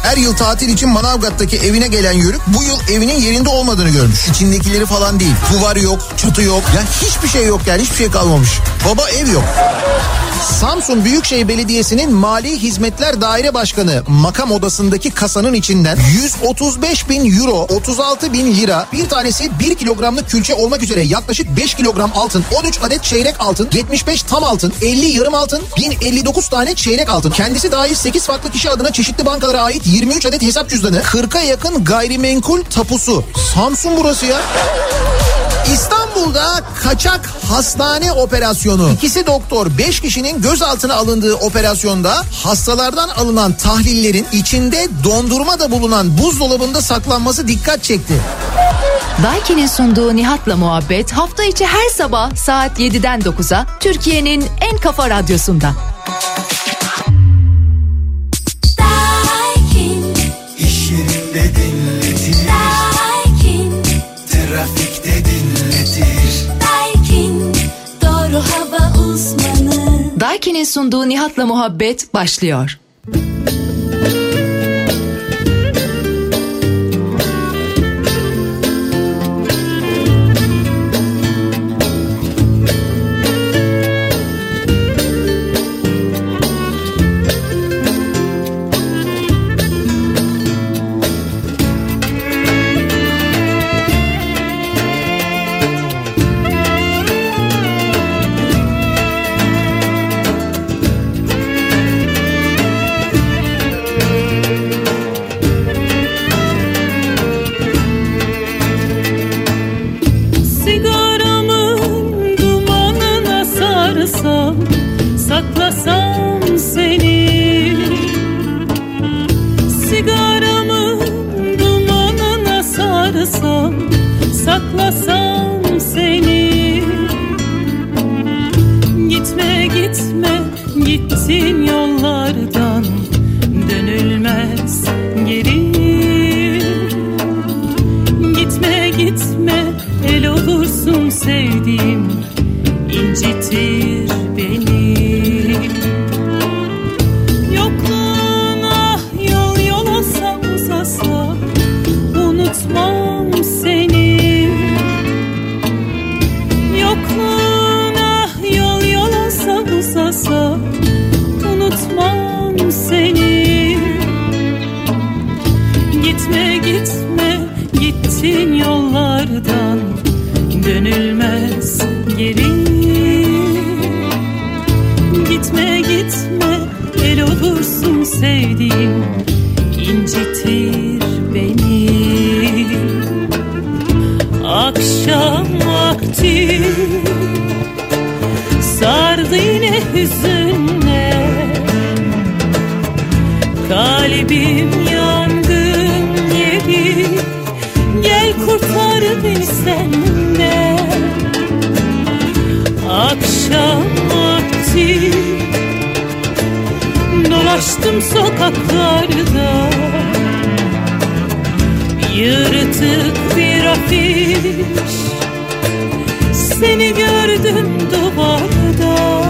Her yıl tatil için Manavgat'taki evine gelen Yörük bu yıl evinin yerinde olmadığını görmüş. İçindekileri falan değil. Duvar yok, çatı yok. Ya hiçbir şey yok yani, hiçbir şey kalmamış. Baba ev yok. Samsun Büyükşehir Belediyesi'nin Mali Hizmetler Daire Başkanı makam odasındaki kasanın içinden 135.000 euro, 36.000 lira, bir tanesi 1 kilogramlık külçe olmak üzere yaklaşık 5 kilogram altın, 13 adet çeyrek altın, 75 tam altın, 50 yarım altın, 1059 tane çeyrek altın. Kendisi dahil 8 farklı kişi adına çeşitli bankalara ait 23 adet hesap cüzdanı, 40'a yakın gayrimenkul tapusu. Samsun burası ya. İstanbul'da kaçak hastane operasyonu. 2 doktor 5 kişinin gözaltına alındığı operasyonda hastalardan alınan tahlillerin içinde dondurma da bulunan buzdolabında saklanması dikkat çekti. Daiki'nin sunduğu Nihat'la Muhabbet hafta içi her sabah saat 7'den 9'a Türkiye'nin en kafa radyosunda. Daiki'nin sunduğu Nihat'la Muhabbet başlıyor. Dolaştım sokaklarda, yırtık bir afiş, seni gördüm duvarda.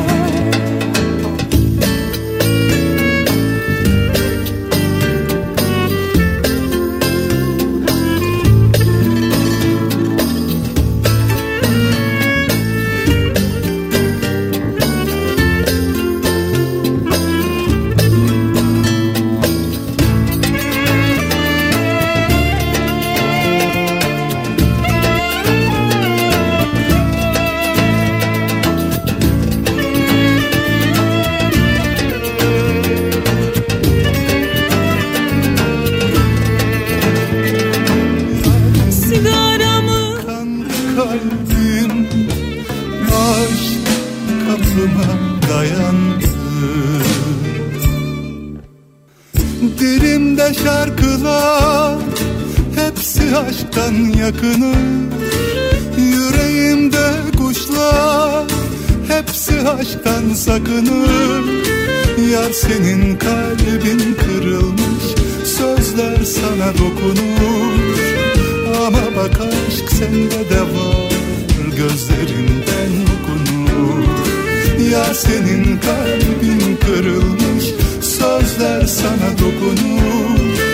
Yakını yüreğimde kuşlar, hepsi aşktan sakınır. Yar senin kalbin kırılmış, sözler sana dokunur. Ama bak aşk sende de var, gözlerinden okunur. Yar senin kalbin kırılmış, sözler sana dokunur.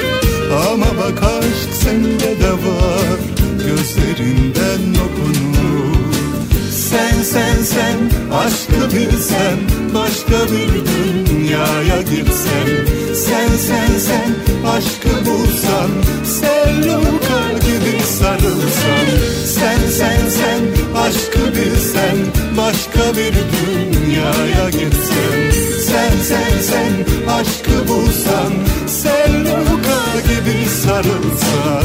bak aşk sende de var, gözlerinden okunur. Sen aşkı bilsen, başka bir dünyaya gitsen. Sen aşkı bulsan, Selluka gibi sarılsan. Sen aşkı bilsen, başka bir dünyaya gitsen. Sen aşkı bulsan, Selluka gibi sarılsan.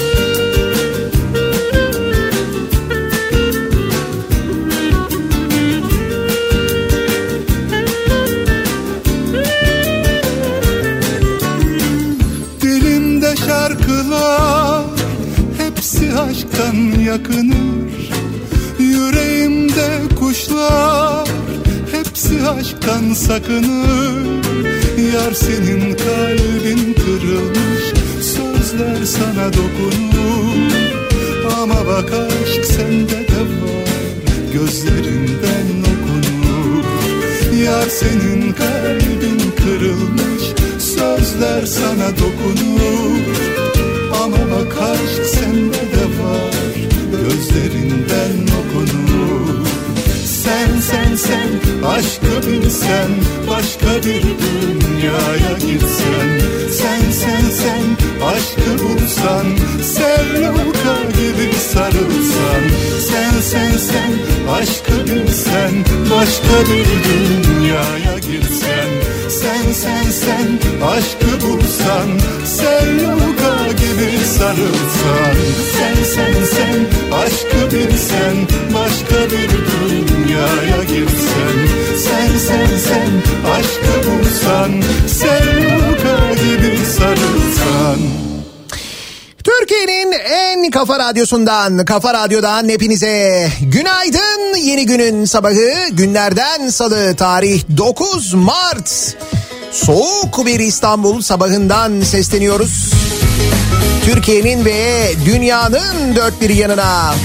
Şarkılar hepsi aşktan yakınır, yüreğimde kuşlar hepsi aşktan sakınır. Yar senin kalbin kırılmış, sözler sana dokunur. Ama bak aşk sende de var, gözlerinden okunur. Yar senin kalbin kırılmış, sözler sana dokunur. Ama bak aşk sende de var, gözlerinden okunur. Sen aşkı bilsen, başka bir dünyaya gitsen. Sen aşkı bulsan, Selluka gibi sarılsan. Sen aşkı bilsen, başka bir dünyaya gitsen. Sen aşkı bulsan, Selluka gibi sarılsan. Sen aşkı bilsen, başka bir dünyaya gitsen. Sen aşkı bulsan, Selluka gibi sarılsan. Türkiye'nin en kafa radyosundan, Kafa Radyo'dan hepinize günaydın. Yeni günün sabahı, günlerden salı, tarih 9 Mart. Soğuk bir İstanbul sabahından sesleniyoruz. Türkiye'nin ve dünyanın dört bir yanına.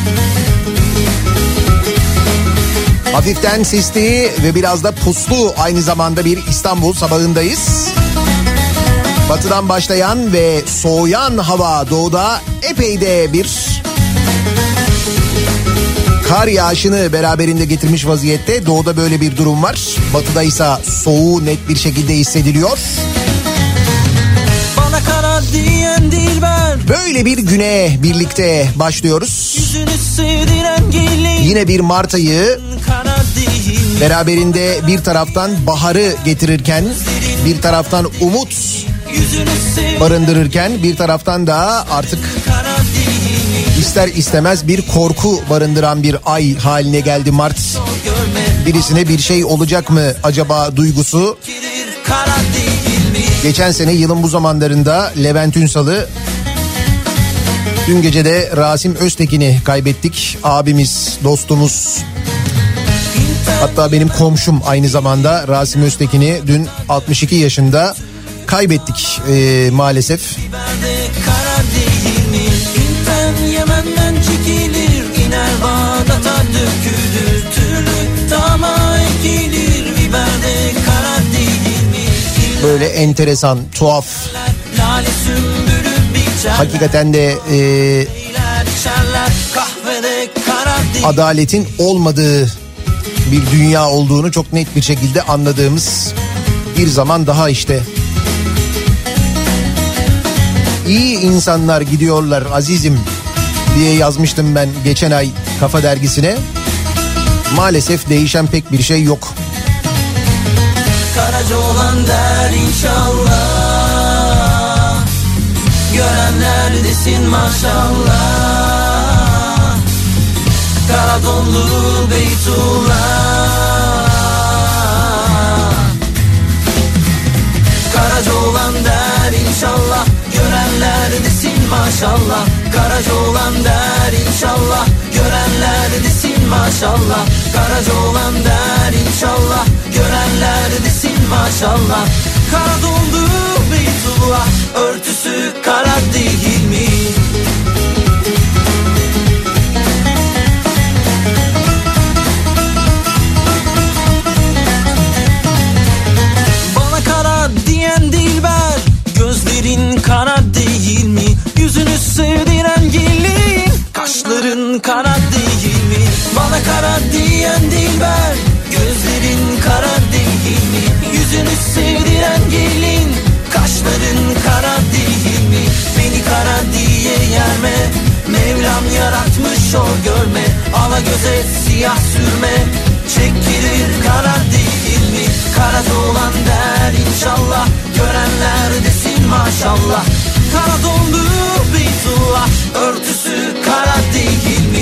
Hafiften sisli ve biraz da puslu aynı zamanda bir İstanbul sabahındayız. Batıdan başlayan ve soğuyan hava doğuda epey de bir kar yağışını beraberinde getirmiş vaziyette. Doğuda böyle bir durum var. Batıda ise soğuğu net bir şekilde hissediliyor. Bana kara diyen dilber, böyle bir güne birlikte başlıyoruz. Yine bir Mart ayı beraberinde bir taraftan baharı getirirken, bir taraftan umut barındırırken, bir taraftan da artık ister istemez bir korku barındıran bir ay haline geldi Mart. Birisine bir şey olacak mı acaba duygusu. Geçen sene yılın bu zamanlarında Levent Ünsal'ı, dün gece de Rasim Öztekin'i kaybettik. Abimiz, dostumuz, hatta benim komşum aynı zamanda Rasim Öztekin'i dün 62 yaşında kaybettik maalesef. Yemen'den çekilir, iner Bağdat'a dökülür, türlü dama ekilir, biberde kara değil mi? Böyle enteresan, tuhaf, hakikaten de adaletin olmadığı bir dünya olduğunu çok net bir şekilde anladığımız bir zaman daha işte. İyi insanlar gidiyorlar azizim diye yazmıştım ben geçen ay Kafa Dergisi'ne. Maalesef değişen pek bir şey yok. Karaca olan der inşallah, görenler desin maşallah. Karadonlu Beytullah, Karaca olan der inşallah, görenler desin maşallah. Karaca olan der inşallah, görenler desin maşallah. Karaca olan der inşallah, görenler desin maşallah. Kara doldu Beytullah, örtüsü kara değil mi? Bana kara diyen dilber, gözlerin kara değil mi? sevdiren gelin. Kaşların kara değil mi? Bana kara diyen Dilber. Gözlerin kara değil mi? Yüzünü sevdiren gelin. Kaşların kara değil mi? Beni kara diye yerme. Mevlam yaratmış o görme. Ala göze siyah sürme. Çekilir kara değil mi? Kara olan der inşallah. Görenler desin maşallah. Kara dondu Beytullah. Örtüsü kara değil mi?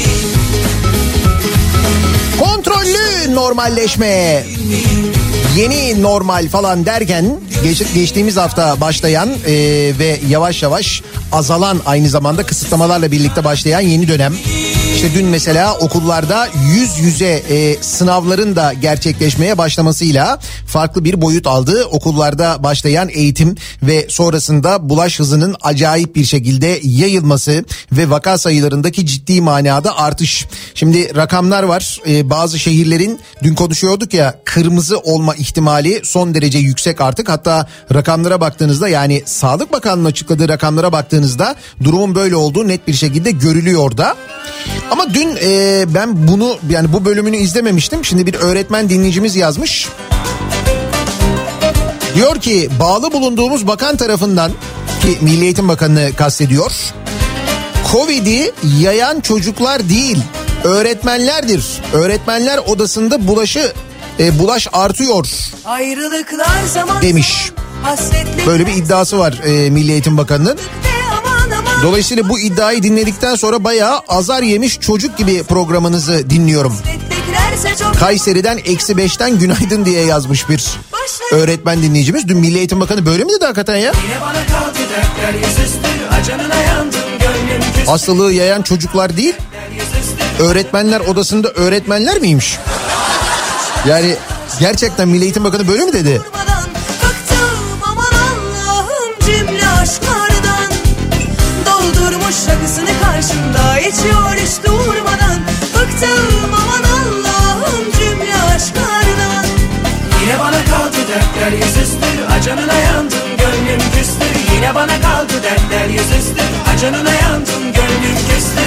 Kontrollü normalleşme. Yeni normal falan derken geçtiğimiz hafta başlayan ve yavaş yavaş azalan, aynı zamanda kısıtlamalarla birlikte başlayan yeni dönem. İşte dün mesela okullarda yüz yüze sınavların da gerçekleşmeye başlamasıyla farklı bir boyut aldı. Okullarda başlayan eğitim ve sonrasında bulaş hızının acayip bir şekilde yayılması ve vaka sayılarındaki ciddi manada artış. Şimdi rakamlar var. Bazı şehirlerin, dün konuşuyorduk ya, kırmızı olma ihtimali son derece yüksek artık. Hatta rakamlara baktığınızda, yani Sağlık Bakanlığı'nın açıkladığı rakamlara baktığınızda durumun böyle olduğu net bir şekilde görülüyor da. Ama dün ben bunu, yani bu bölümünü izlememiştim. Şimdi bir öğretmen dinleyicimiz yazmış. Diyor ki bağlı bulunduğumuz bakan tarafından, ki Milli Eğitim Bakanı'nı kastediyor, Covid'i yayan çocuklar değil, öğretmenlerdir. Öğretmenler odasında bulaş artıyor demiş. Böyle bir iddiası var Milli Eğitim Bakanı'nın. Dolayısıyla bu iddiayı dinledikten sonra bayağı azar yemiş çocuk gibi programınızı dinliyorum. Kayseri'den -5'ten günaydın diye yazmış bir öğretmen dinleyicimiz. Dün Milli Eğitim Bakanı böyle mi dedi hakikaten ya? Hastalığı yayan çocuklar değil, öğretmenler odasında öğretmenler miymiş? Yani gerçekten Milli Eğitim Bakanı böyle mi dedi? Şakısını karşımda içiyor hiç durmadan. Bıktım aman Allah'ım cümle aşklardan. Yine bana kaldı dertler yüzüstü. Acanına yandım gönlüm küstü. Yine bana kaldı dertler yüzüstü. Acanına yandım gönlüm küstü.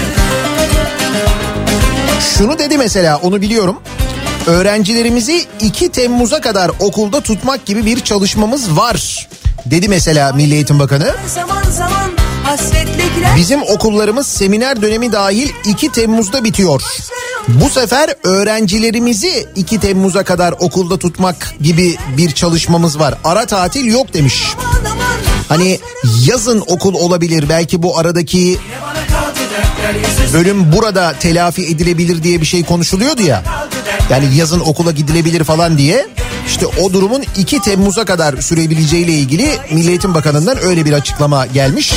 Şunu dedi mesela, onu biliyorum. Öğrencilerimizi 2 Temmuz'a kadar okulda tutmak gibi bir çalışmamız var dedi mesela Milli Eğitim Bakanı. Zaman zaman bizim okullarımız seminer dönemi dahil 2 Temmuz'da bitiyor. Bu sefer öğrencilerimizi 2 Temmuz'a kadar okulda tutmak gibi bir çalışmamız var. Ara tatil yok demiş. Hani yazın okul olabilir, belki bu aradaki bölüm burada telafi edilebilir diye bir şey konuşuluyordu ya. Yani yazın okula gidilebilir falan diye. İşte o durumun 2 Temmuz'a kadar sürebileceğiyle ilgili Milli Eğitim Bakanı'ndan öyle bir açıklama gelmiş.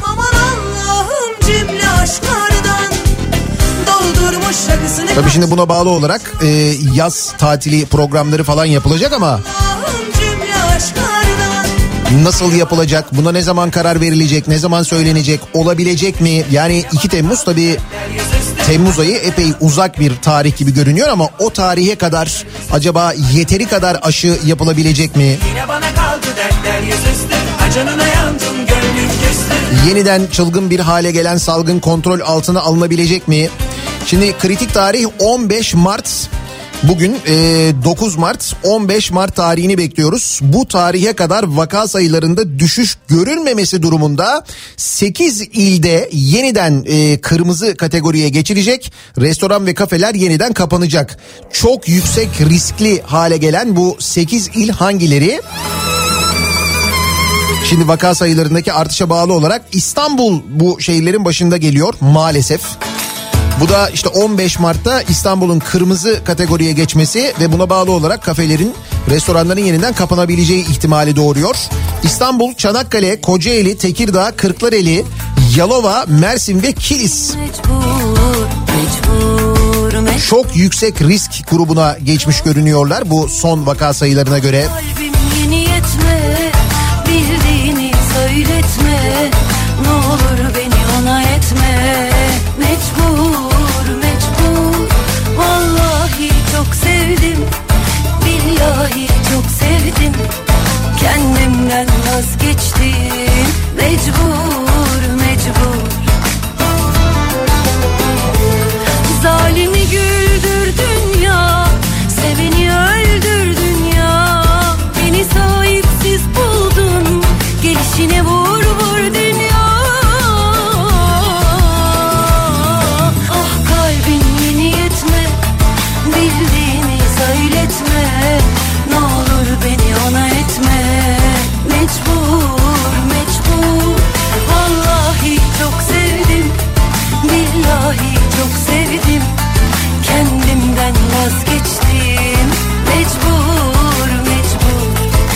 Tabii şimdi buna bağlı olarak yaz tatili programları falan yapılacak ama nasıl yapılacak, buna ne zaman karar verilecek, ne zaman söylenecek, olabilecek mi? Yani 2 Temmuz tabii Temmuz ayı epey uzak bir tarih gibi görünüyor ama o tarihe kadar acaba yeteri kadar aşı yapılabilecek mi? Yeniden çılgın bir hale gelen salgın kontrol altına alınabilecek mi? Şimdi kritik tarih 15 Mart. Bugün 9 Mart, 15 Mart tarihini bekliyoruz. Bu tarihe kadar vaka sayılarında düşüş görülmemesi durumunda 8 ilde yeniden kırmızı kategoriye geçilecek. Restoran ve kafeler yeniden kapanacak. Çok yüksek riskli hale gelen bu 8 il hangileri? Şimdi vaka sayılarındaki artışa bağlı olarak İstanbul bu şehirlerin başında geliyor maalesef. Bu da işte 15 Mart'ta İstanbul'un kırmızı kategoriye geçmesi ve buna bağlı olarak kafelerin, restoranların yeniden kapanabileceği ihtimali doğuruyor. İstanbul, Çanakkale, Kocaeli, Tekirdağ, Kırklareli, Yalova, Mersin ve Kilis çok yüksek risk grubuna geçmiş görünüyorlar bu son vaka sayılarına göre. Kalbim yeni yetme, bildiğini söyletme, ne olur beni ona etme. Mecbur, vallahi çok sevdim, billahi çok sevdim, kendimden vazgeçtim. Mecbur, yine vur vur dünya. Ah kalbin yeni yetme, bildiğini söyletme. Ne olur beni ona etme. Mecbur, mecbur. Vallahi çok sevdim, billahi çok sevdim. Kendimden vazgeçtim. Mecbur, mecbur.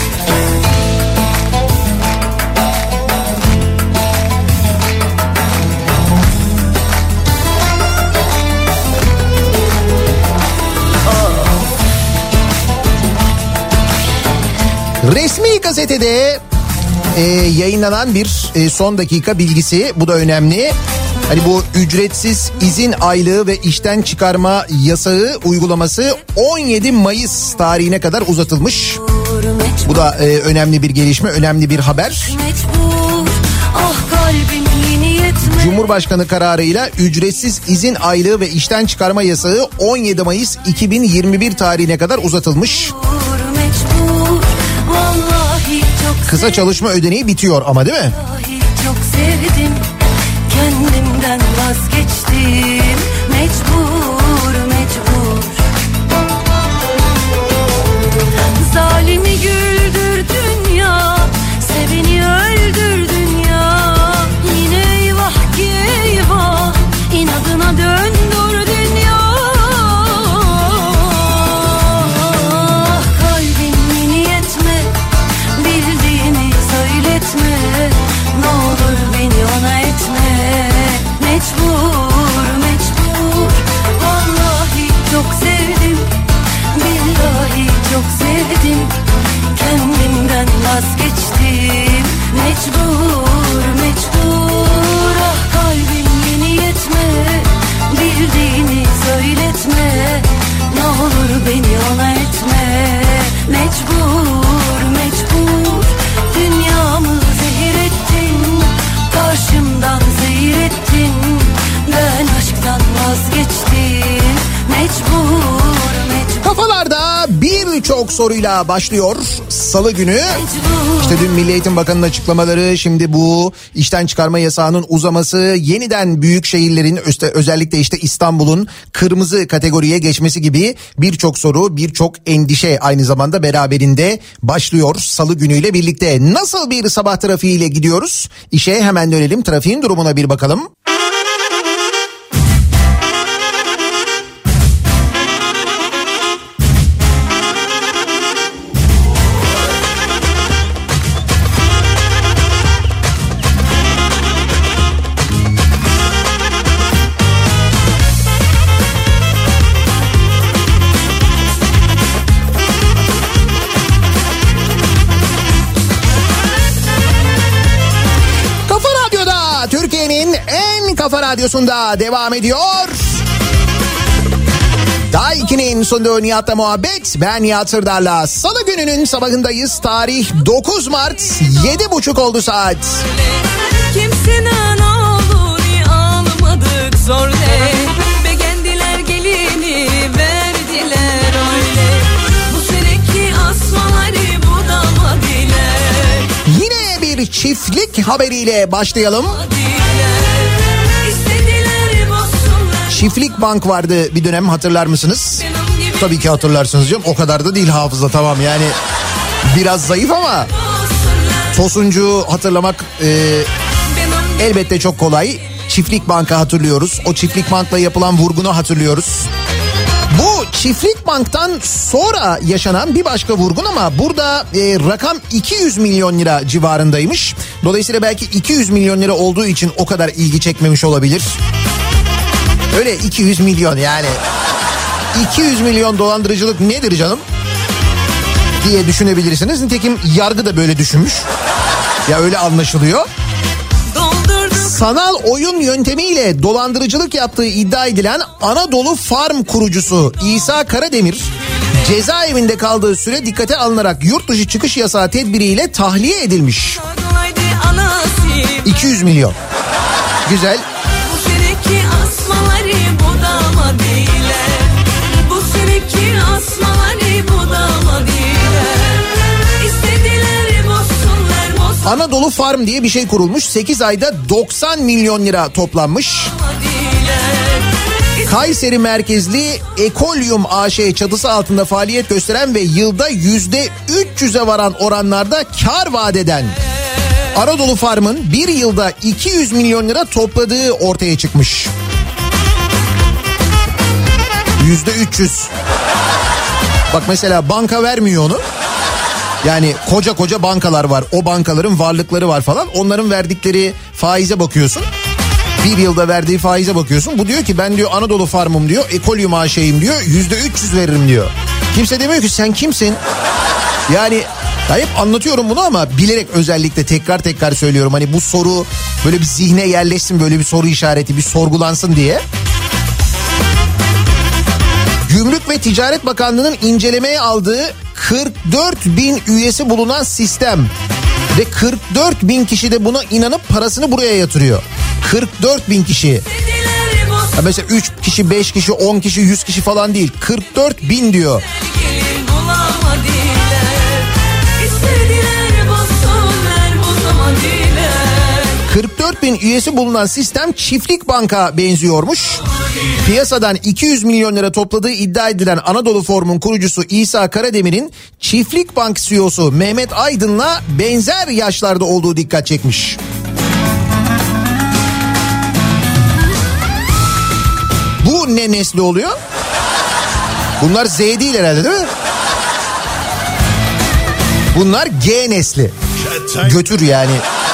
Resmi gazetede yayınlanan bir son dakika bilgisi, bu da önemli. Hani bu ücretsiz izin aylığı ve işten çıkarma yasağı uygulaması 17 Mayıs tarihine kadar uzatılmış. Bu da önemli bir gelişme, önemli bir haber. Cumhurbaşkanı kararıyla ücretsiz izin aylığı ve işten çıkarma yasağı 17 Mayıs 2021 tarihine kadar uzatılmış. Kısa çalışma ödeneği bitiyor ama, değil mi? Çok sevdim, kendimden vazgeçtim. Mecbur, mecbur. Zalimi güldürdün ya, seveni öldürdün ya. Yine eyvah ki eyvah, inadına döndürdün ya. Kalbin yeni yetme, bildiğini söyletme. Ne olur beni ona etme. Mecbur, mecbur. Vallahi çok sevdim, billahi çok sevdim. Kendimden vazgeçtim. Mecbur, mecbur. Ah kalbim yeni yetme, bildiğini söyletme. Ne olur beni ona etme. Mecbur, mecbur. Dünyamı zehir ettin, karşımdan zehir ettin. Ben aşktan vazgeçtim. Mecbur, mecbur. Kafalarda birçok soruyla başlıyor Salı günü. İşte dün Milli Eğitim Bakanı'nın açıklamaları, şimdi bu işten çıkarma yasağının uzaması, yeniden büyük şehirlerin özellikle işte İstanbul'un kırmızı kategoriye geçmesi gibi birçok soru, birçok endişe aynı zamanda beraberinde başlıyor Salı günüyle birlikte. Nasıl bir sabah trafiğiyle gidiyoruz? İşe hemen dönelim, trafiğin durumuna bir bakalım. Kafa Radyosu'nda devam ediyor. Daiki'nin sunduğu Nihat'la muhabbet. Ben Nihat Sırdar'la. Salı gününün sabahındayız. Tarih 9 Mart. 7.30 oldu saat. Kimsenin oğlunu almadık zor ne. Beğendiler gelini verdiler öyle. Bu seneki asmaları budamadılar. Yine bir çiftlik haberiyle başlayalım. Çiftlik Bank vardı bir dönem, hatırlar mısınız? Tabii ki hatırlarsınız canım. O kadar da değil hafıza, tamam yani biraz zayıf ama Tosuncu hatırlamak elbette çok kolay. Çiftlik Bank'ı hatırlıyoruz. O Çiftlik Bank'la yapılan vurgunu hatırlıyoruz. Bu Çiftlik Bank'tan sonra yaşanan bir başka vurgun ama burada rakam 200 milyon lira civarındaymış. Dolayısıyla belki 200 milyon lira olduğu için o kadar ilgi çekmemiş olabilir. Öyle 200 milyon yani 200 milyon dolandırıcılık nedir canım diye düşünebilirsiniz. Nitekim yargı da böyle düşünmüş. Ya öyle anlaşılıyor. Sanal oyun yöntemiyle dolandırıcılık yaptığı iddia edilen Anadolu Farm kurucusu İsa Karademir cezaevinde kaldığı süre dikkate alınarak yurt dışı çıkış yasağı tedbiriyle tahliye edilmiş. 200 milyon. Güzel. Anadolu Farm diye bir şey kurulmuş. 8 ayda 90 milyon lira toplanmış. Kayseri merkezli Ekolyum AŞ çatısı altında faaliyet gösteren ve yılda %300'e varan oranlarda kar vaat eden Anadolu Farm'ın bir yılda 200 milyon lira topladığı ortaya çıkmış. %300. Bak mesela banka vermiyor onu. Yani koca bankalar var. O bankaların varlıkları var falan. Onların verdikleri faize bakıyorsun. Bir yılda verdiği faize bakıyorsun. Bu diyor ki ben diyor Anadolu Farm'ım diyor. Ekolyum AŞ'yim diyor. %300 veririm diyor. Kimse demiyor ki sen kimsin? Yani hep anlatıyorum bunu ama bilerek özellikle tekrar söylüyorum. Hani bu soru böyle bir zihne yerleşsin, böyle bir soru işareti, bir sorgulansın diye. Gümrük ve Ticaret Bakanlığı'nın incelemeye aldığı 44 bin üyesi bulunan sistem ve 44 bin kişi de buna inanıp parasını buraya yatırıyor. 44 bin kişi. Ha mesela 3 kişi, 5 kişi, 10 kişi, 100 kişi falan değil. 44 bin diyor. 44 bin üyesi bulunan sistem çiftlik banka benziyormuş. Piyasadan 200 milyon lira topladığı iddia edilen Anadolu Form'un kurucusu İsa Karademir'in Çiftlik Bank CEO'su Mehmet Aydın'la benzer yaşlarda olduğu dikkat çekmiş. Bu ne nesli oluyor? Bunlar Z değil herhalde değil mi? Bunlar G nesli. Götür yani.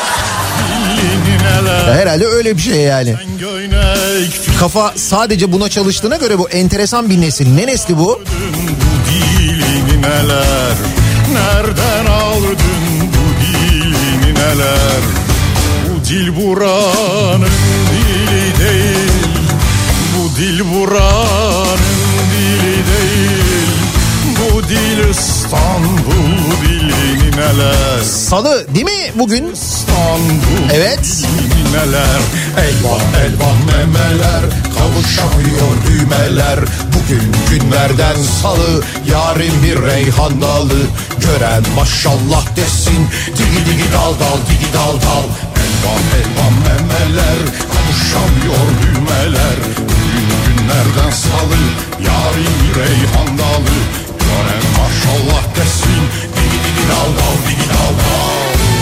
Ya herhalde öyle bir şey yani. Kafa sadece buna çalıştığına göre bu enteresan bir nesil. Ne nesli bu? Bu dilini neler, nereden aldın bu dilini neler? Bu dil buranın dili değil, bu dil buranın dili değil, bu dil İstanbul dilini neler? Salı değil mi bugün? İstanbul evet. Neler, elvan memeler, kavuşamıyor düğmeler. Bugün günlerden salı, yarın bir reyhan dalı. Gören maşallah desin, digi dal dal. Elvan memeler, kavuşamıyor düğmeler. Bugün günlerden salı, yarın bir reyhan dalı. Gören maşallah desin, digi dal.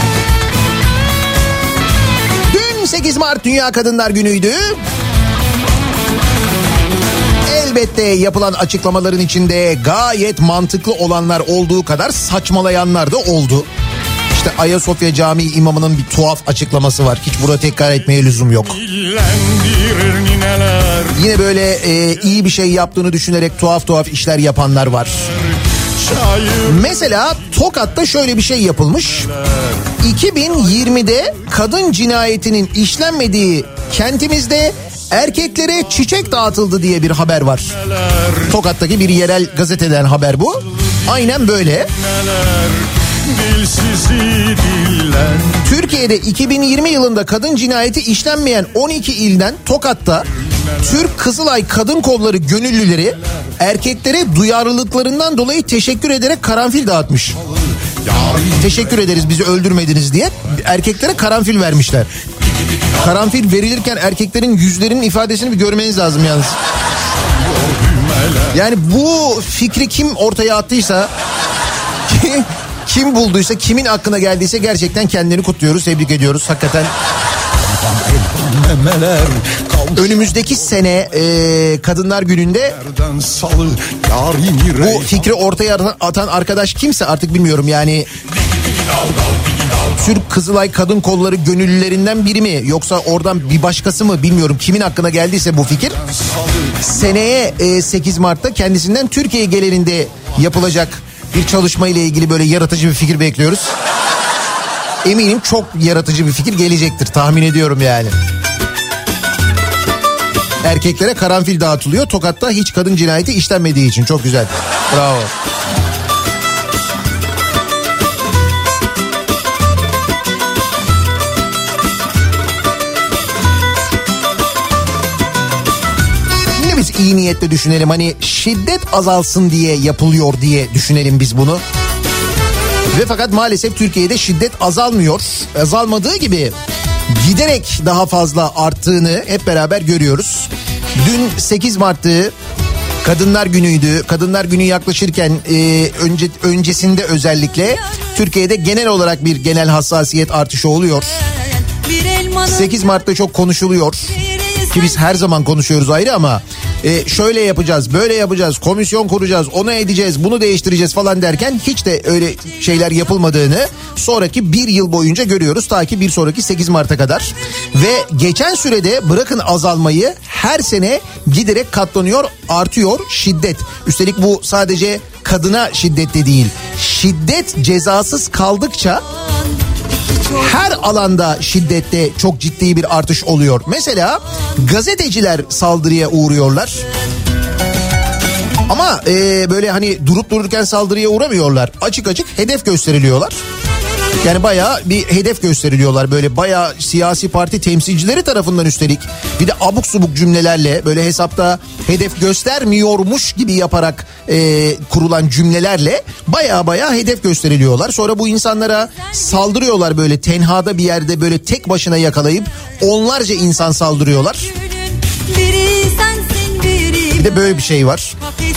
8 Mart Dünya Kadınlar Günü'ydü. Elbette yapılan açıklamaların içinde gayet mantıklı olanlar olduğu kadar saçmalayanlar da oldu. İşte Ayasofya Camii imamının bir tuhaf açıklaması var. Hiç burada tekrar etmeye lüzum yok. Yine böyle iyi bir şey yaptığını düşünerek tuhaf işler yapanlar var. Mesela Tokat'ta şöyle bir şey yapılmış. 2020'de kadın cinayetinin işlenmediği kentimizde erkeklere çiçek dağıtıldı diye bir haber var. Tokat'taki bir yerel gazeteden haber bu. Aynen böyle. Türkiye'de 2020 yılında kadın cinayeti işlenmeyen 12 ilden Tokat'ta Türk Kızılay Kadın Kolları gönüllüleri erkeklere duyarlılıklarından dolayı teşekkür ederek karanfil dağıtmış. Teşekkür ederiz bizi öldürmediniz diye erkeklere karanfil vermişler. Karanfil verilirken erkeklerin yüzlerinin ifadesini bir görmeniz lazım yalnız. Yani bu fikri kim ortaya attıysa, kim bulduysa, kimin aklına geldiyse gerçekten kendilerini kutluyoruz, tebrik ediyoruz hakikaten. Önümüzdeki sene Kadınlar Günü'nde bu fikri ortaya atan arkadaş kimse artık bilmiyorum yani. Türk Kızılay Kadın Kolları gönüllülerinden biri mi yoksa oradan bir başkası mı bilmiyorum, kimin aklına geldiyse bu fikir. Seneye 8 Mart'ta kendisinden Türkiye genelinde yapılacak bir çalışma ile ilgili böyle yaratıcı bir fikir bekliyoruz. Eminim çok yaratıcı bir fikir gelecektir, tahmin ediyorum yani. Erkeklere karanfil dağıtılıyor Tokat'ta hiç kadın cinayeti işlenmediği için. Çok güzel. Bravo. Yine biz iyi niyetle düşünelim, hani şiddet azalsın diye yapılıyor diye düşünelim biz bunu. Ve fakat maalesef Türkiye'de şiddet azalmıyor. Azalmadığı gibi giderek daha fazla arttığını hep beraber görüyoruz. Dün 8 Mart'tı. Kadınlar Günü'ydü. Kadınlar Günü yaklaşırken öncesinde özellikle Türkiye'de genel olarak bir genel hassasiyet artışı oluyor. 8 Mart'ta çok konuşuluyor ki biz her zaman konuşuyoruz ayrı ama şöyle yapacağız, böyle yapacağız, komisyon kuracağız, onu edeceğiz, bunu değiştireceğiz falan derken hiç de öyle şeyler yapılmadığını sonraki bir yıl boyunca görüyoruz. Ta ki bir sonraki 8 Mart'a kadar. Ve geçen sürede bırakın azalmayı, her sene giderek katlanıyor, artıyor şiddet. Üstelik bu sadece kadına şiddet de değil. Şiddet cezasız kaldıkça her alanda şiddette çok ciddi bir artış oluyor. Mesela gazeteciler saldırıya uğruyorlar. Ama böyle hani durup dururken saldırıya uğramıyorlar. Açık açık hedef gösteriliyorlar. Yani bayağı bir hedef gösteriliyorlar, böyle bayağı siyasi parti temsilcileri tarafından üstelik. Bir de abuk subuk cümlelerle, böyle hesapta hedef göstermiyormuş gibi yaparak kurulan cümlelerle bayağı hedef gösteriliyorlar. Sonra bu insanlara saldırıyorlar, böyle tenhada bir yerde böyle tek başına yakalayıp onlarca insan saldırıyorlar. Bir de böyle bir şey var.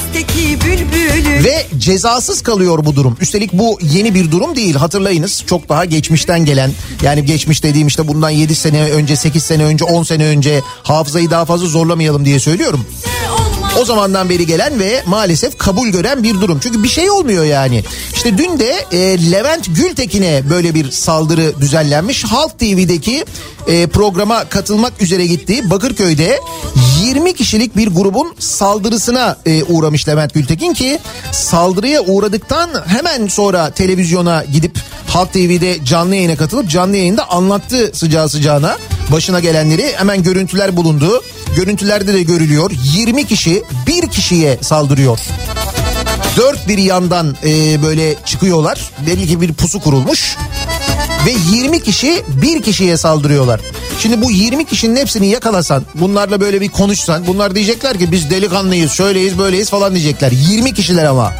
Ve cezasız kalıyor bu durum. Üstelik bu yeni bir durum değil. Hatırlayınız, çok daha geçmişten gelen, yani geçmiş dediğim işte bundan 7 sene önce, 8 sene önce, 10 sene önce, hafızayı daha fazla zorlamayalım diye söylüyorum. O zamandan beri gelen ve maalesef kabul gören bir durum. Çünkü bir şey olmuyor yani. İşte dün de Levent Gültekin'e böyle bir saldırı düzenlenmiş. Halk TV'deki programa katılmak üzere gittiği Bakırköy'de 20 kişilik bir grubun saldırısına uğramış Levent Gültekin ki saldırıya uğradıktan hemen sonra televizyona gidip Halk TV'de canlı yayına katılıp canlı yayında anlattı sıcağı sıcağına başına gelenleri. Hemen görüntüler bulundu. Görüntülerde de görülüyor. 20 kişi bir kişiye saldırıyor. 4 bir yandan böyle çıkıyorlar. Belli ki bir pusu kurulmuş. Ve 20 kişi bir kişiye saldırıyorlar. Şimdi bu 20 kişinin hepsini yakalasan, bunlarla böyle bir konuşsan, bunlar diyecekler ki biz delikanlıyız, şöyleyiz, böyleyiz falan diyecekler. 20 kişiler ama.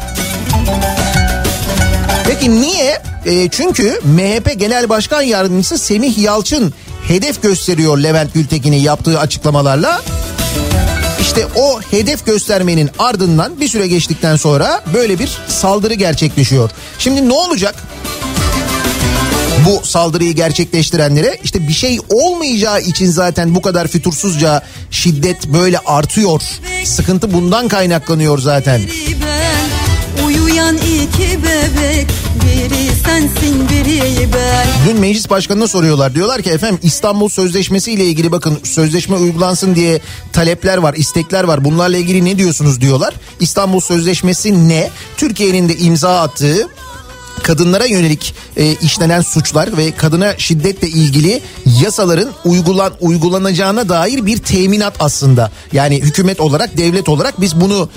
Peki niye? Çünkü MHP Genel Başkan Yardımcısı Semih Yalçın hedef gösteriyor Levent Gültekin'i yaptığı açıklamalarla. İşte o hedef göstermenin ardından bir süre geçtikten sonra böyle bir saldırı gerçekleşiyor. Şimdi ne olacak? Bu saldırıyı gerçekleştirenlere işte bir şey olmayacağı için zaten bu kadar fütursuzca şiddet böyle artıyor. Sıkıntı bundan kaynaklanıyor zaten. Uyuyan iki bebek, biri sensin biri ben. Dün meclis başkanına soruyorlar, diyorlar ki efendim İstanbul Sözleşmesi ile ilgili bakın sözleşme uygulansın diye talepler var, istekler var, bunlarla ilgili ne diyorsunuz diyorlar. İstanbul Sözleşmesi ne? Türkiye'nin de imza attığı kadınlara yönelik işlenen suçlar ve kadına şiddetle ilgili yasaların uygulanacağına dair bir teminat aslında. Yani hükümet olarak, devlet olarak biz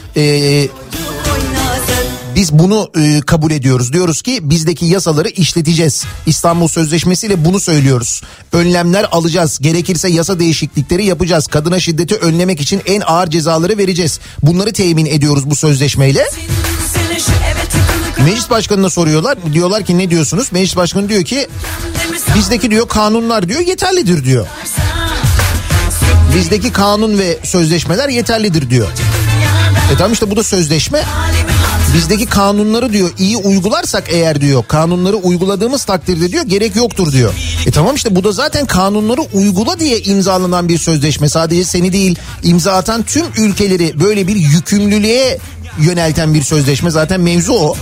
bunu kabul ediyoruz. Diyoruz ki bizdeki yasaları işleteceğiz. İstanbul Sözleşmesi ile bunu söylüyoruz. Önlemler alacağız. Gerekirse yasa değişiklikleri yapacağız. Kadına şiddeti önlemek için en ağır cezaları vereceğiz. Bunları temin ediyoruz bu sözleşmeyle. Meclis başkanına soruyorlar. Diyorlar ki ne diyorsunuz? Meclis başkanı diyor ki bizdeki diyor kanunlar diyor yeterlidir diyor. Bizdeki kanun ve sözleşmeler yeterlidir diyor. Tamam işte bu da sözleşme. Bizdeki kanunları diyor iyi uygularsak eğer diyor, kanunları uyguladığımız takdirde diyor gerek yoktur diyor. Tamam işte bu da zaten kanunları uygula diye imzalanan bir sözleşme. Sadece seni değil, imza atan tüm ülkeleri böyle bir yükümlülüğe yönelten bir sözleşme, zaten mevzu o.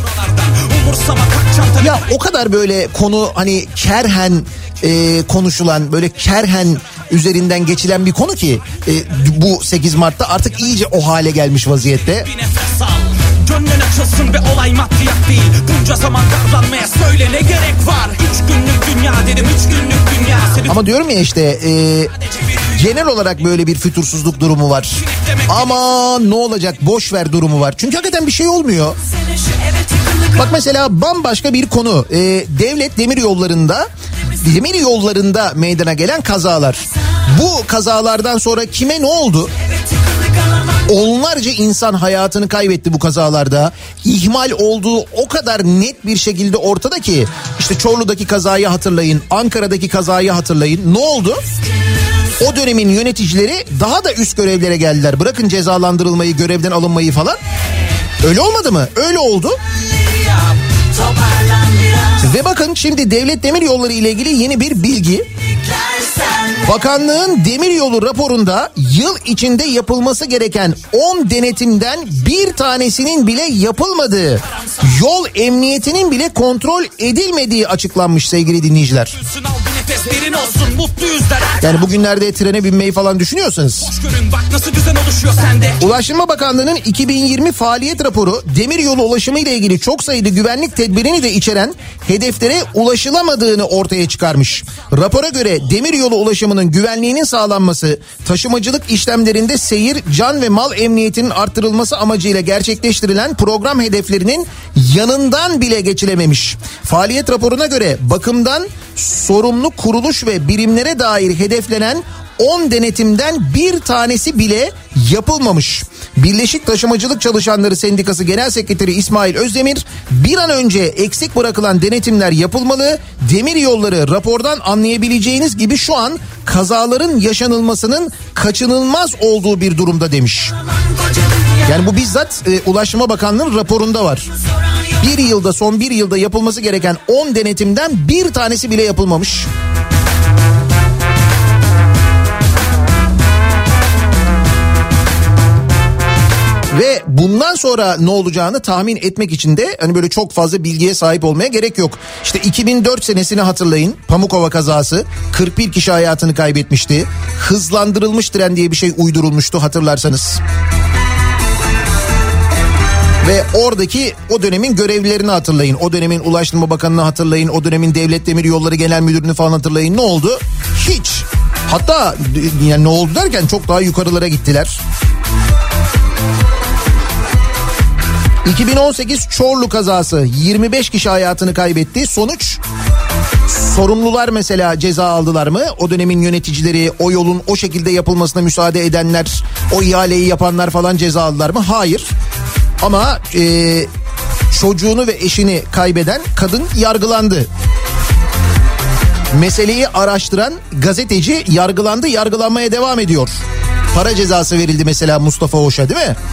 Ya o kadar böyle konu hani kerhen konuşulan, böyle kerhen üzerinden geçilen bir konu ki bu 8 Mart'ta artık iyice o hale gelmiş vaziyette. Gönlün açılsın ve olay maddiyat değil. Bunca zaman darlanmaya söyle ne gerek var? 3 günlük dünya dedim, 3 günlük dünya. Ama diyorum ya işte genel olarak böyle bir fütursuzluk durumu var. Ama ne olacak, boş ver durumu var. Çünkü hakikaten bir şey olmuyor. Bak mesela bambaşka bir konu. Devlet demir yollarında meydana gelen kazalar. Bu kazalardan sonra kime ne oldu? Onlarca insan hayatını kaybetti bu kazalarda. İhmal olduğu o kadar net bir şekilde ortada ki. İşte Çorlu'daki kazayı hatırlayın, Ankara'daki kazayı hatırlayın. Ne oldu? O dönemin yöneticileri daha da üst görevlere geldiler. Bırakın cezalandırılmayı, görevden alınmayı falan. Öyle olmadı mı? Öyle oldu. Ve bakın şimdi Devlet Demiryolları ile ilgili yeni bir bilgi. Bakanlığın demiryolu raporunda yıl içinde yapılması gereken 10 denetimden bir tanesinin bile yapılmadığı, yol emniyetinin bile kontrol edilmediği açıklanmış sevgili dinleyiciler. Yani bugünlerde trene binmeyi falan düşünüyorsanız. Ulaştırma Bakanlığı'nın 2020 faaliyet raporu demiryolu ulaşımı ile ilgili çok sayıda güvenlik tedbirini de içeren hedeflere ulaşılamadığını ortaya çıkarmış. Rapora göre demiryolu ulaşımının güvenliğinin sağlanması, taşımacılık işlemlerinde seyir, can ve mal emniyetinin arttırılması amacıyla gerçekleştirilen program hedeflerinin yanından bile geçilememiş. Faaliyet raporuna göre bakımdan sorumlu kuruluş ve birimlere dair hedeflenen 10 denetimden bir tanesi bile yapılmamış. Birleşik Taşımacılık Çalışanları Sendikası Genel Sekreteri İsmail Özdemir, bir an önce eksik bırakılan denetimler yapılmalı. Demiryolları rapordan anlayabileceğiniz gibi şu an kazaların yaşanılmasının kaçınılmaz olduğu bir durumda demiş. Yani bu bizzat Ulaştırma Bakanlığı'nın raporunda var. Son bir yılda yapılması gereken 10 denetimden bir tanesi bile yapılmamış. Ve bundan sonra ne olacağını tahmin etmek için de hani böyle çok fazla bilgiye sahip olmaya gerek yok. İşte 2004 senesini hatırlayın. Pamukova kazası. 41 kişi hayatını kaybetmişti. Hızlandırılmış tren diye bir şey uydurulmuştu hatırlarsanız. Ve oradaki o dönemin görevlilerini hatırlayın. O dönemin Ulaştırma Bakanı'nı hatırlayın. O dönemin Devlet Demiryolları Genel Müdürünü falan hatırlayın. Ne oldu? Hiç. Hatta yani ne oldu derken çok daha yukarılara gittiler. 2018 Çorlu kazası, 25 kişi hayatını kaybetti. Sonuç, sorumlular mesela ceza aldılar mı? O dönemin yöneticileri, o yolun o şekilde yapılmasına müsaade edenler, o ihaleyi yapanlar falan ceza aldılar mı? Hayır. Ama çocuğunu ve eşini kaybeden kadın yargılandı. Meseleyi araştıran gazeteci yargılandı, yargılanmaya devam ediyor. Para cezası verildi mesela Mustafa Oş'a, değil mi?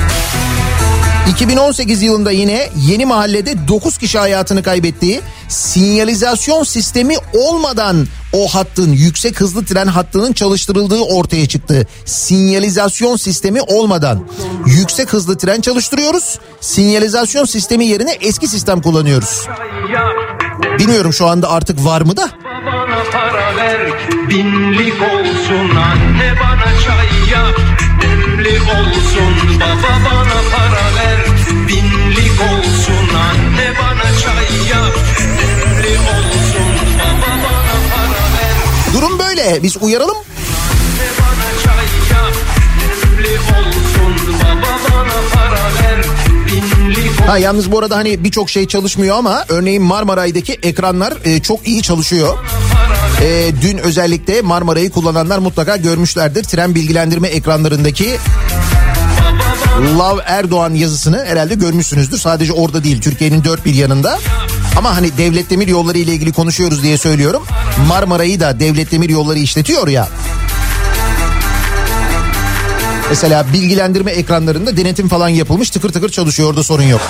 2018 yılında yine Yeni Mahalle'de 9 kişi hayatını kaybettiği, sinyalizasyon sistemi olmadan o hattın, yüksek hızlı tren hattının çalıştırıldığı ortaya çıktı. Sinyalizasyon sistemi olmadan yüksek hızlı tren çalıştırıyoruz. Sinyalizasyon sistemi yerine eski sistem kullanıyoruz. Bilmiyorum şu anda artık var mı da. Bana para ver, binlik olsun anne, bana çay yap, demli olsun baba, bana para ver, binlik olsun anne, bana çay yap, demli olsun baba, bana para ver. Durum böyle, biz uyaralım. Anne bana çay yap, demli olsun baba, bana para ver, binlik olsun. Ha, yalnız bu arada hani birçok şey çalışmıyor ama örneğin Marmaray'daki ekranlar çok iyi çalışıyor. Dün özellikle Marmaray'ı kullananlar mutlaka görmüşlerdir. Tren bilgilendirme ekranlarındaki Love Erdoğan yazısını herhalde görmüşsünüzdür. Sadece orada değil, Türkiye'nin dört bir yanında. Ama hani Devlet Demiryolları ile ilgili konuşuyoruz diye söylüyorum. Marmaray'ı da Devlet Demiryolları işletiyor ya. Mesela bilgilendirme ekranlarında denetim falan yapılmış, tıkır tıkır çalışıyor, orada sorun yok.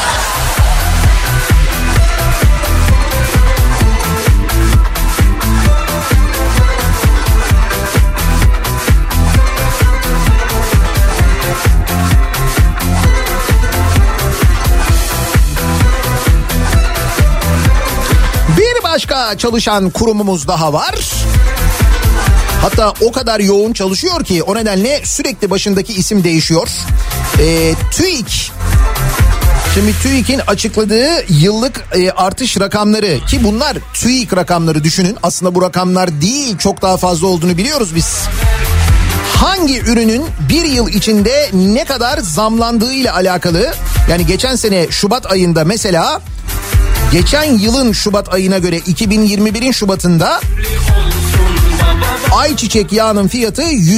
Başka çalışan kurumumuz daha var. Hatta o kadar yoğun çalışıyor ki o nedenle sürekli başındaki isim değişiyor. TÜİK. Şimdi TÜİK'in açıkladığı yıllık artış rakamları, ki bunlar TÜİK rakamları, düşünün. Aslında bu rakamlar değil, çok daha fazla olduğunu biliyoruz biz. Hangi ürünün bir yıl içinde ne kadar zamlandığıyla alakalı. Yani geçen sene Şubat ayında mesela, geçen yılın Şubat ayına göre 2021'in Şubat'ında Ayçiçek yağının fiyatı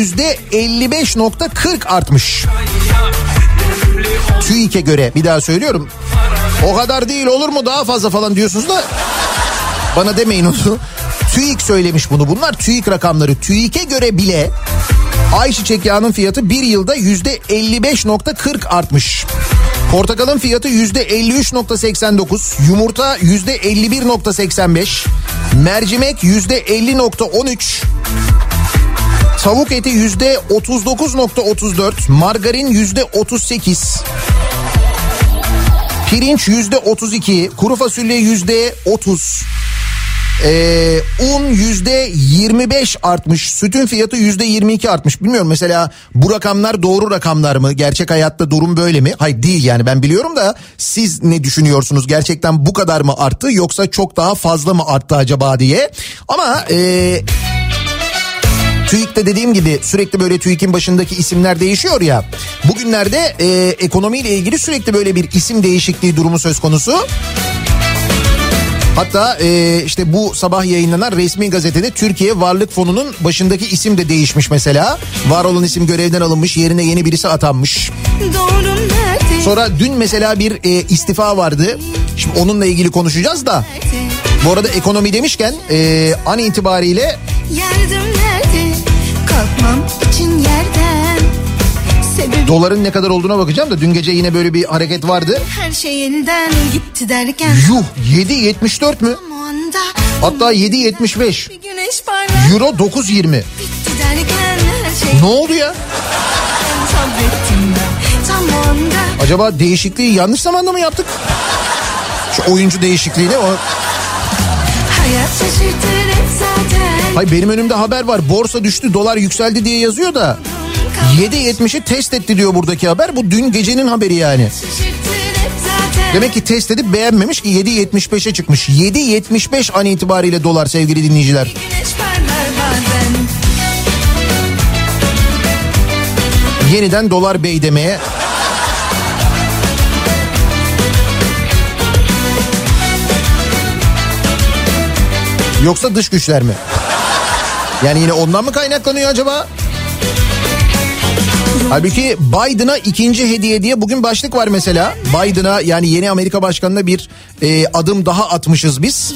%55.40 artmış. TÜİK'e göre, bir daha söylüyorum. O kadar değil, olur mu daha fazla falan diyorsunuz da bana demeyin onu. TÜİK söylemiş bunu. Bunlar TÜİK rakamları. TÜİK'e göre bile ayçiçek yağının fiyatı bir yılda %55.40 artmış. Portakalın fiyatı %53.89, yumurta %51.85, mercimek %50.13, tavuk eti %39.34, margarin %38, pirinç %32, kuru fasulye %30, un %25 artmış, sütün fiyatı %22 artmış. Bilmiyorum mesela bu rakamlar doğru rakamlar mı? Gerçek hayatta durum böyle mi? Hayır, değil yani, ben biliyorum da siz ne düşünüyorsunuz? Gerçekten bu kadar mı arttı yoksa çok daha fazla mı arttı acaba diye. Ama TÜİK'te dediğim gibi sürekli böyle TÜİK'in başındaki isimler değişiyor ya. Bugünlerde ekonomiyle ilgili sürekli böyle bir isim değişikliği durumu söz konusu. Hatta işte bu sabah yayınlanan resmi gazetede Türkiye Varlık Fonu'nun başındaki isim de değişmiş mesela. Var olan isim görevden alınmış, yerine yeni birisi atanmış. Sonra dün mesela bir istifa vardı. Şimdi onunla ilgili konuşacağız da. Bu arada ekonomi demişken an itibariyle... Doların ne kadar olduğuna bakacağım da dün gece yine böyle bir hareket vardı. Her şey elden gitti derken. Yuh, 7.74 mü? Hatta 7.75. Euro 9.20. Ne oldu ya? Acaba değişikliği yanlış zamanda mı yaptık? Şu oyuncu değişikliğini o... Hayır, benim önümde haber var. Borsa düştü, dolar yükseldi diye yazıyor da 7.70'i test etti diyor buradaki haber. Bu dün gecenin haberi yani. Demek ki test edip beğenmemiş ki 7.75'e çıkmış. 7.75 an itibariyle dolar sevgili dinleyiciler. Yeniden dolar bey demeye. Yoksa dış güçler mi? Yani yine ondan mı kaynaklanıyor acaba? Halbuki Biden'a ikinci hediye diye bugün başlık var mesela. Biden'a, yani yeni Amerika Başkanı'na bir adım daha atmışız biz.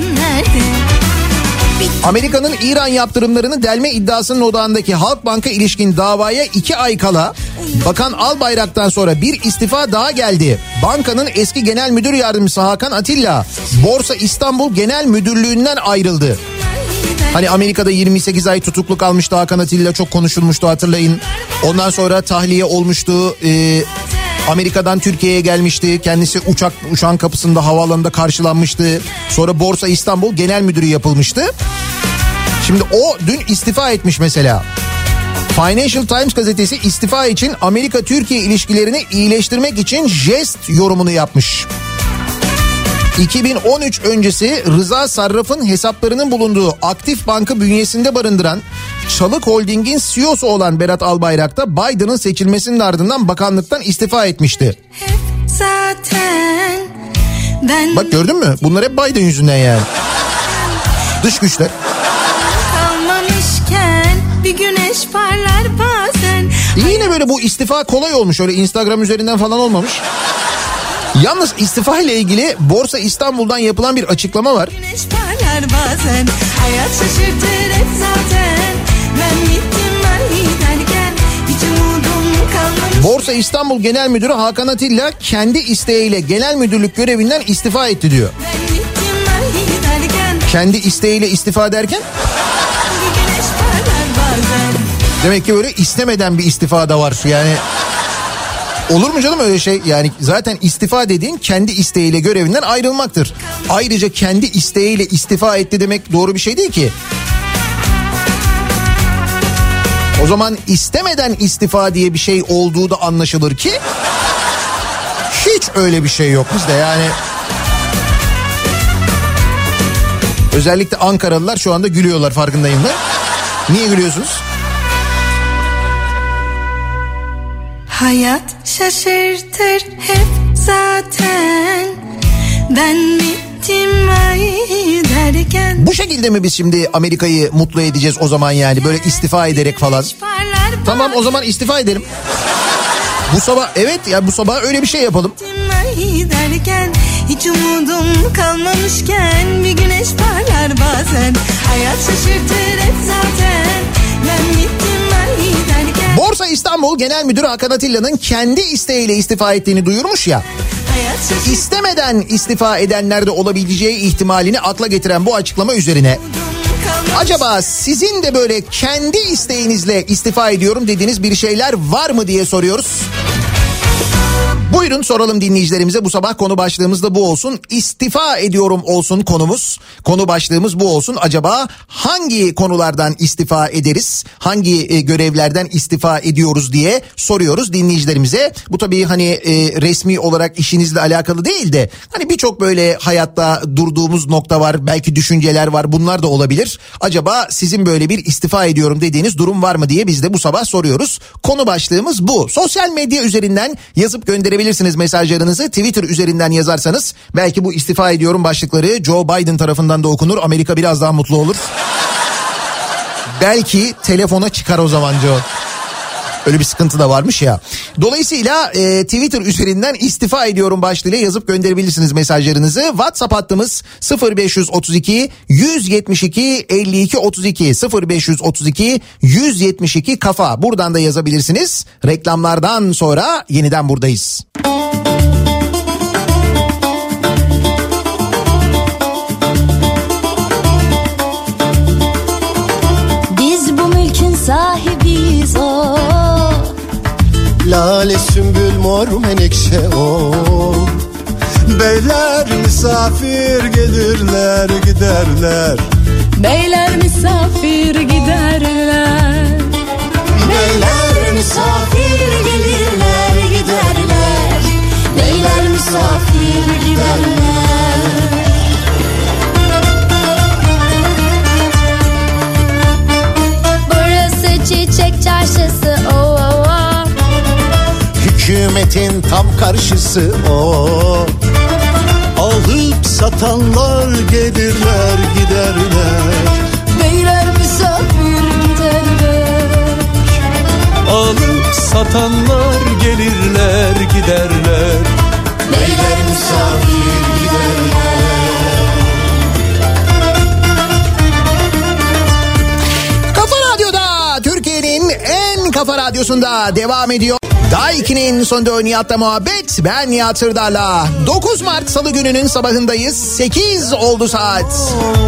Amerika'nın İran yaptırımlarını delme iddiasının odağındaki Halkbank'a ilişkin davaya 2 ay kala Bakan Albayrak'tan sonra bir istifa daha geldi. Bankanın eski genel müdür yardımcısı Hakan Atilla Borsa İstanbul Genel Müdürlüğü'nden ayrıldı. Hani Amerika'da 28 ay tutuklu kalmıştı Hakan Atilla, çok konuşulmuştu hatırlayın. Ondan sonra tahliye olmuştu. Amerika'dan Türkiye'ye gelmişti. Kendisi uçağın kapısında, havaalanında karşılanmıştı. Sonra Borsa İstanbul Genel Müdürü yapılmıştı. Şimdi o dün istifa etmiş mesela. Financial Times gazetesi istifa için Amerika-Türkiye ilişkilerini iyileştirmek için jest yorumunu yapmış. 2013 öncesi Rıza Sarraf'ın hesaplarının bulunduğu Aktif Bank'ı bünyesinde barındıran Çalık Holding'in CEO'su olan Berat Albayrak da Biden'ın seçilmesinin ardından bakanlıktan istifa etmişti. Bak gördün mü? Bunlar hep Biden yüzünden yani. Dış güçler. Bir güneş parlar bazen. Yine böyle bu istifa kolay olmuş, öyle Instagram üzerinden falan olmamış. Yalnız istifa ile ilgili Borsa İstanbul'dan yapılan bir açıklama var. Güneş parlar bazen. Hayat şaşırtır hep zaten. Ben gittim ben giderken hiç umudum kalmamış. Borsa İstanbul Genel Müdürü Hakan Atilla kendi isteğiyle genel müdürlük görevinden istifa etti diyor. Ben gittim ben giderken. Kendi isteğiyle istifa derken? Güneş parlar bazen. Demek ki böyle istemeden bir istifa da var yani. Olur mu canım öyle şey? Yani zaten istifa dediğin kendi isteğiyle görevinden ayrılmaktır. Ayrıca kendi isteğiyle istifa etti demek doğru bir şey değil ki. O zaman istemeden istifa diye bir şey olduğu da anlaşılır ki hiç öyle bir şey yok bizde yani. Özellikle Ankaralılar şu anda gülüyorlar, farkındayım ben. Niye gülüyorsunuz? Hayat şaşırtır hep zaten. Ben mi bittim ay derken. Bu şekilde mi biz şimdi Amerika'yı mutlu edeceğiz o zaman yani böyle istifa ederek falan? Tamam o zaman istifa edelim. Bu sabah evet ya bu sabah öyle bir şey yapalım. Derken, hiç umudum kalmamışken bir güneş parlar bazen. Hayat şaşırtır hep zaten. Ben bittim ay derken. Borsa İstanbul Genel Müdürü Hakan Atilla'nın kendi isteğiyle istifa ettiğini duyurmuş ya. İstemeden istifa edenler de olabileceği ihtimalini akla getiren bu açıklama üzerine acaba sizin de böyle kendi isteğinizle istifa ediyorum dediğiniz bir şeyler var mı diye soruyoruz. Buyurun soralım dinleyicilerimize, bu sabah konu başlığımız da bu olsun. İstifa ediyorum olsun konumuz. Konu başlığımız bu olsun. Acaba hangi konulardan istifa ederiz? Hangi görevlerden istifa ediyoruz diye soruyoruz dinleyicilerimize. Bu tabii hani resmi olarak işinizle alakalı değil de hani birçok böyle hayatta durduğumuz nokta var. Belki düşünceler var. Bunlar da olabilir. Acaba sizin böyle bir istifa ediyorum dediğiniz durum var mı diye biz de bu sabah soruyoruz. Konu başlığımız bu. Sosyal medya üzerinden yazıp gönderebilirsiniz mesajlarınızı. Twitter üzerinden yazarsanız belki bu istifa ediyorum başlıkları Joe Biden tarafından da okunur. Amerika biraz daha mutlu olur. Belki telefona çıkar o zaman Joe. Öyle bir sıkıntı da varmış ya. Dolayısıyla Twitter üzerinden istifa ediyorum başlığıyla yazıp gönderebilirsiniz mesajlarınızı. WhatsApp hattımız 0532 172 52 32 0532 172 kafa. Buradan da yazabilirsiniz. Reklamlardan sonra yeniden buradayız. Biz bu mülkün sahibiyiz o. Lale sümbül mor menekşe o. Beyler misafir gelirler giderler. Beyler misafir giderler. Beyler misafir gelirler giderler. Beyler misafir giderler. Burası çiçek çarşısı o. Hükümetin tam karşısı o. Alıp satanlar gelirler giderler. Beyler misafir giderler. Alıp satanlar gelirler giderler. Beyler misafir giderler. Kafa Radyo'da, Türkiye'nin en kafa radyosunda devam ediyor. Daha 2'nin sonunda Nihat'la muhabbet. Ben Nihat Sırdar'la. 9 Mart Salı gününün sabahındayız. 8 oldu saat.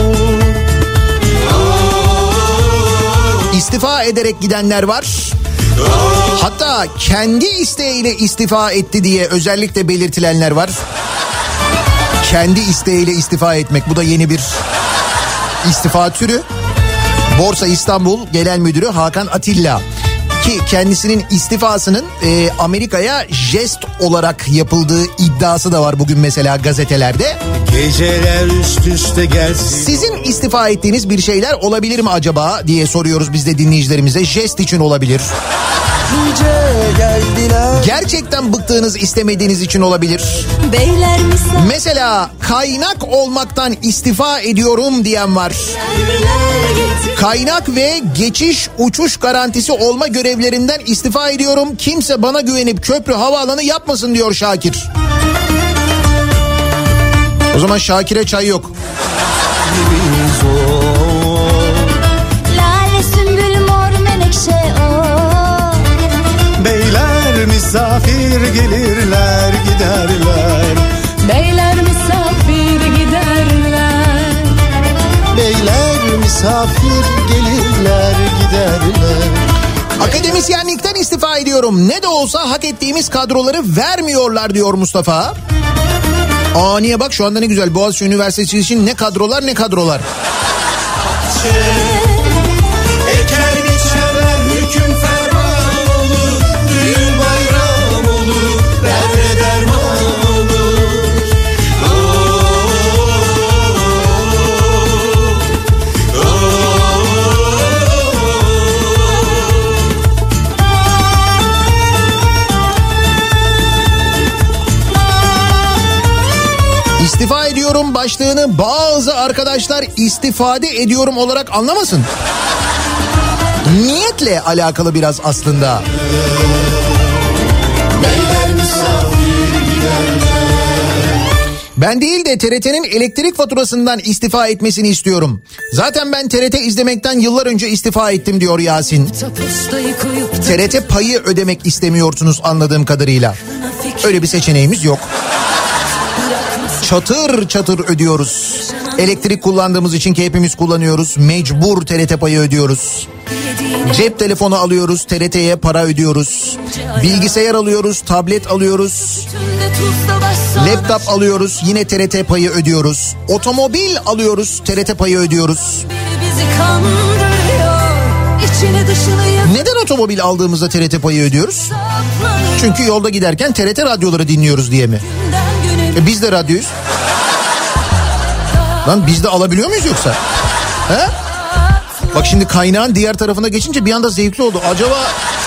İstifa ederek gidenler var. Hatta kendi isteğiyle istifa etti diye özellikle belirtilenler var. Kendi isteğiyle istifa etmek, bu da yeni bir istifa türü. Borsa İstanbul Genel Müdürü Hakan Atilla. Ki kendisinin istifasının Amerika'ya jest olarak yapıldığı iddiası da var bugün mesela gazetelerde. Geceler üst üste gelsin. Sizin istifa ettiğiniz bir şeyler olabilir mi acaba diye soruyoruz biz de dinleyicilerimize. Jest için olabilir. Gerçekten bıktığınız, istemediğiniz için olabilir. Beyler misafir. Mesela kaynak olmaktan istifa ediyorum diyen var. Kaynak ve geçiş uçuş garantisi olma görevlerinden istifa ediyorum. Kimse bana güvenip köprü havaalanı yapmasın diyor Şakir. O zaman Şakir'e çay yok. Lale sümbül mor menekşe o. Beyler misafir gelirler giderler. Beyler misafir giderler. Beyler misafir gelirler giderler. Akademisyenlikten istifa ediyorum. Ne de olsa hak ettiğimiz kadroları vermiyorlar diyor Mustafa. Aa niye bak şu anda ne güzel Boğaziçi Üniversitesi için ne kadrolar ne kadrolar. Eker biçerler hüküm ferman olur. Düğün bayram olur. Derde derman olur. İstifa ediyorum ediyorum başlığını bazı arkadaşlar istifade ediyorum olarak anlamasın. Niyetle alakalı biraz aslında. Ben değil de TRT'nin elektrik faturasından istifa etmesini istiyorum. Zaten ben TRT izlemekten yıllar önce istifa ettim diyor Yasin. TRT payı ödemek istemiyorsunuz anladığım kadarıyla. Öyle bir seçeneğimiz yok. Çatır çatır ödüyoruz. Elektrik kullandığımız için ki hepimiz kullanıyoruz. Mecbur TRT payı ödüyoruz. Cep telefonu alıyoruz, TRT'ye para ödüyoruz. Bilgisayar alıyoruz, tablet alıyoruz. Laptop alıyoruz, yine TRT payı ödüyoruz. Otomobil alıyoruz, TRT payı ödüyoruz. Neden otomobil aldığımızda TRT payı ödüyoruz? Çünkü yolda giderken TRT radyoları dinliyoruz diye mi? Biz de radyoyuz. Lan biz de alabiliyor muyuz yoksa? He? Bak şimdi kaynağın diğer tarafına geçince bir anda zevkli oldu. Acaba...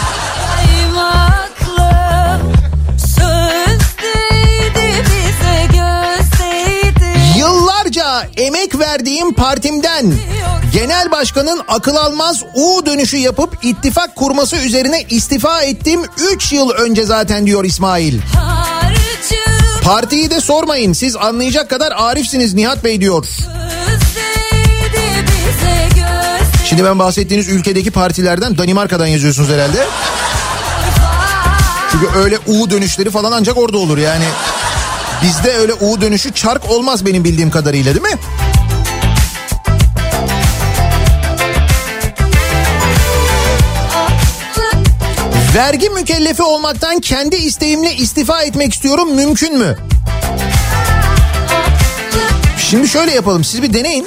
Yıllarca emek verdiğim partimden genel başkanın akıl almaz U dönüşü yapıp ittifak kurması üzerine istifa ettim 3 yıl önce zaten diyor İsmail. Partiyi de sormayın, siz anlayacak kadar arifsiniz Nihat Bey diyor. Şimdi ben bahsettiğiniz ülkedeki partilerden Danimarka'dan yazıyorsunuz herhalde. Çünkü öyle U dönüşleri falan ancak orada olur yani. Bizde öyle U dönüşü çark olmaz benim bildiğim kadarıyla, değil mi? Vergi mükellefi olmaktan kendi isteğimle istifa etmek istiyorum, mümkün mü? Şimdi şöyle yapalım, siz bir deneyin.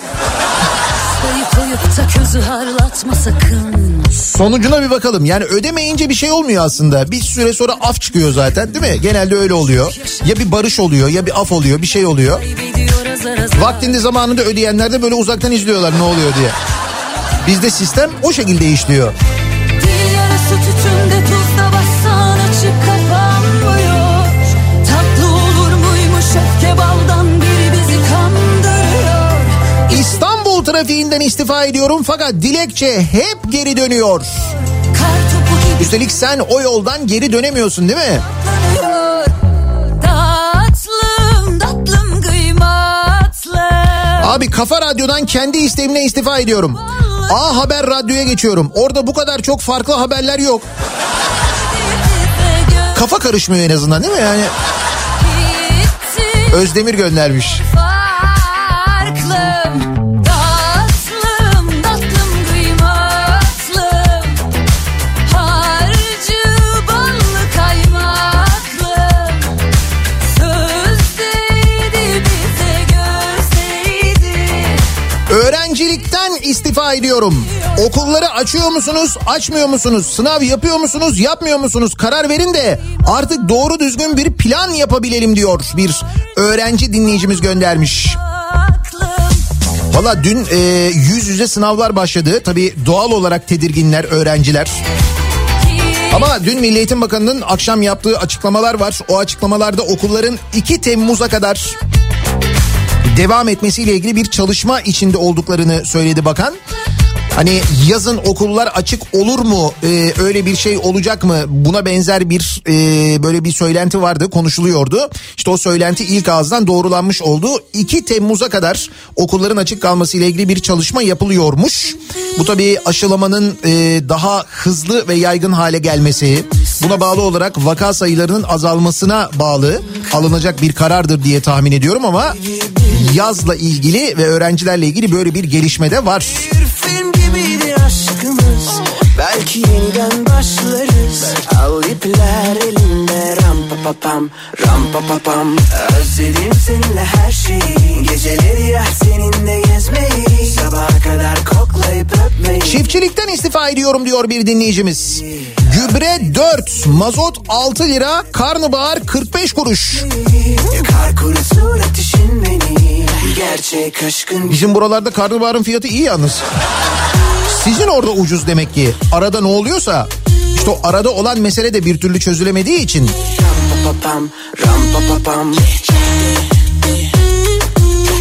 Sonucuna bir bakalım. Yani ödemeyince bir şey olmuyor aslında. Bir süre sonra af çıkıyor zaten, değil mi? Genelde öyle oluyor. Ya bir barış oluyor, ya bir af oluyor, bir şey oluyor. Vaktinde zamanında ödeyenler de böyle uzaktan izliyorlar ne oluyor diye. Bizde sistem o şekilde işliyor. Dil yarası tütünde tuzda bassan açık kapanmıyor. Tatlı olur muymuş öfke baldan biri bizi kandırıyor. İstanbul trafiğinden istifa ediyorum fakat dilekçe hep geri dönüyor. Üstelik sen o yoldan geri dönemiyorsun, değil mi? Tatlım tatlım kıymatlı. Abi Kafa Radyo'dan kendi isteğimle istifa ediyorum. A Haber Radyo'ya geçiyorum. Orada bu kadar çok farklı haberler yok. Kafa karışmıyor en azından, değil mi yani? Özdemir göndermiş. Öğrencilikten istifa ediyorum. Okulları açıyor musunuz, açmıyor musunuz? Sınav yapıyor musunuz, yapmıyor musunuz? Karar verin de artık doğru düzgün bir plan yapabilelim diyor bir öğrenci dinleyicimiz göndermiş. Valla dün yüz yüze sınavlar başladı. Tabii doğal olarak tedirginler öğrenciler. Ama dün Milli Eğitim Bakanı'nın akşam yaptığı açıklamalar var. O açıklamalarda okulların 2 Temmuz'a kadar devam etmesiyle ilgili bir çalışma içinde olduklarını söyledi bakan. Hani yazın okullar açık olur mu? Öyle bir şey olacak mı? Buna benzer bir böyle bir söylenti vardı, konuşuluyordu. İşte o söylenti ilk ağızdan doğrulanmış oldu. 2 Temmuz'a kadar okulların açık kalması ile ilgili bir çalışma yapılıyormuş. Bu tabii aşılamanın daha hızlı ve yaygın hale gelmesi, buna bağlı olarak vaka sayılarının azalmasına bağlı alınacak bir karardır diye tahmin ediyorum ama yazla ilgili ve öğrencilerle ilgili böyle bir gelişme de var. Aşkımız belki yeniden başlarız. Al ipler elinde ram pa pa pam ram pa pa pam. Özledim seninle her şeyi, geceleri ya seninle gezmeyi, sabaha kadar koklayıp öpmeyi. Çiftçilikten istifa ediyorum diyor bir dinleyicimiz. Gübre 4, mazot 6 lira, karnabahar 45 kuruş. Yakar kurusun ateşin beni, gerçek aşkın. Bizim buralarda karnabaharın fiyatı iyi yalnız. Sizin orada ucuz demek ki. Arada ne oluyorsa işte o arada olan mesele de bir türlü çözülemediği için.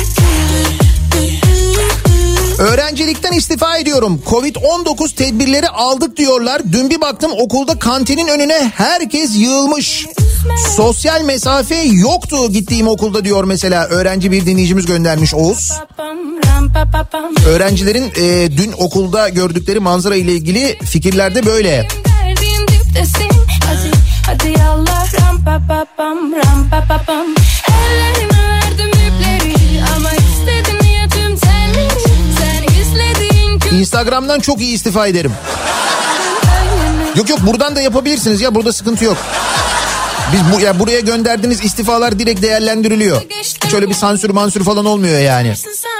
Öğrencilikten istifa ediyorum. Covid-19 tedbirleri aldık diyorlar. Dün bir baktım okulda kantinin önüne herkes yığılmış. Sosyal mesafe yoktu gittiğim okulda diyor mesela. Öğrenci bir dinleyicimiz göndermiş, Oğuz. Öğrencilerin dün okulda gördükleri manzara ile ilgili fikirler de böyle. Hadi Allah ram pa pa pam ram pa pa pam. Ellerime verdim ipleri ama istedim ya tüm telleri. Sen izlediğin gün. Instagram'dan çok iyi istifa ederim. Yok buradan da yapabilirsiniz ya, burada sıkıntı yok. Biz buraya gönderdiğiniz istifalar direkt değerlendiriliyor. Hiç öyle bir sansür falan olmuyor yani.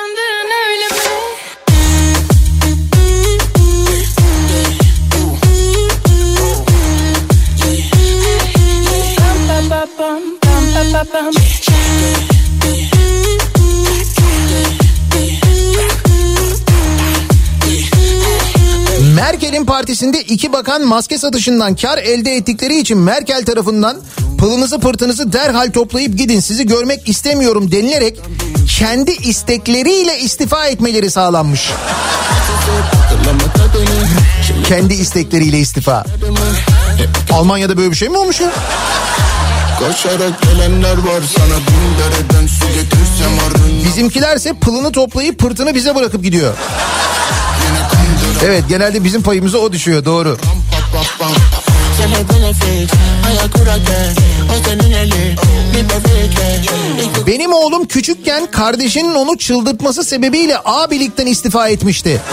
Merkel'in partisinde 2 bakan maske satışından kar elde ettikleri için Merkel tarafından pılınızı pırtınızı derhal toplayıp gidin, sizi görmek istemiyorum denilerek kendi istekleriyle istifa etmeleri sağlanmış. Kendi istekleriyle istifa. Almanya'da böyle bir şey mi olmuş ya? Koşarak gelenler var sana bin dereden su getirsem arın. Bizimkilerse pılını toplayıp pırtını bize bırakıp gidiyor. Evet, genelde bizim payımıza o düşüyor, doğru. Benim oğlum küçükken kardeşinin onu çıldırtması sebebiyle abilikten istifa etmişti.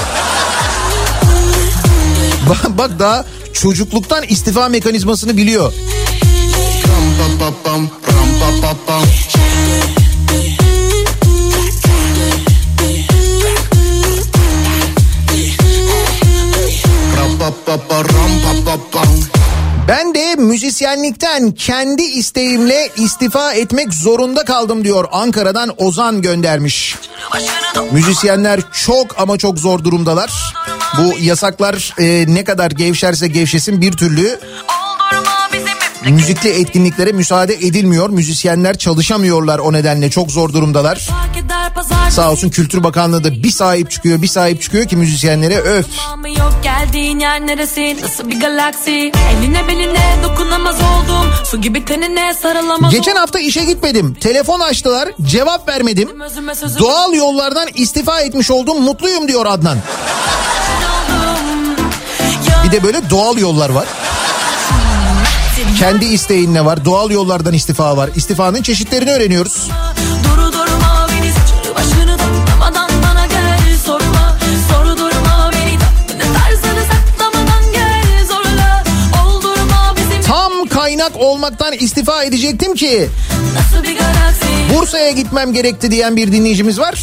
Bak daha çocukluktan istifa mekanizmasını biliyor. Ben de müzisyenlikten kendi isteğimle istifa etmek zorunda kaldım diyor. Ankara'dan Ozan göndermiş. Müzisyenler çok ama çok zor durumdalar. Bu yasaklar ne kadar gevşerse gevşesin bir türlü müzikli etkinliklere müsaade edilmiyor. Müzisyenler çalışamıyorlar, o nedenle çok zor durumdalar. Sağ olsun Kültür Bakanlığı da bir sahip çıkıyor ki müzisyenlere, öf. Geldiğin yer neresi? Nasıl bir galaksi? Eline beline dokunamaz oldum. Su gibi tenine sarılamaz. Geçen hafta işe gitmedim. Telefon açtılar, cevap vermedim. Doğal yollardan istifa etmiş oldum. Mutluyum diyor Adnan. Bir de böyle doğal yollar var. Kendi isteğinle var. Doğal yollardan istifa var. İstifanın çeşitlerini öğreniyoruz. Tam kaynak olmaktan istifa edecektim ki Bursa'ya gitmem gerekti diyen bir dinleyicimiz var.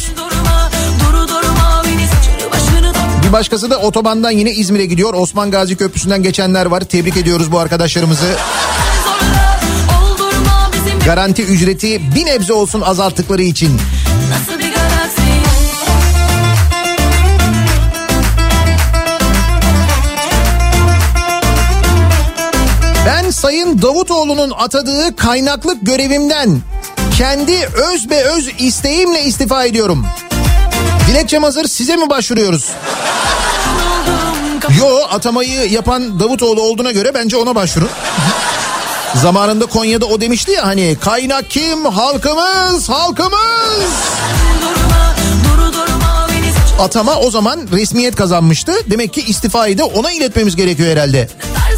Bir başkası da otobandan yine İzmir'e gidiyor. Osman Gazi Köprüsü'nden geçenler var. Tebrik ediyoruz bu arkadaşlarımızı. Garanti ücreti bir nebze olsun azalttıkları için. Ben Sayın Davutoğlu'nun atadığı kaynaklık görevimden kendi öz isteğimle istifa ediyorum. Dilekçem hazır, size mi başvuruyoruz? Yo, atamayı yapan Davutoğlu olduğuna göre bence ona başvurun. Zamanında Konya'da o demişti ya, hani kaynak kim? Halkımız. Atama o zaman resmiyet kazanmıştı. Demek ki istifayı da ona iletmemiz gerekiyor herhalde.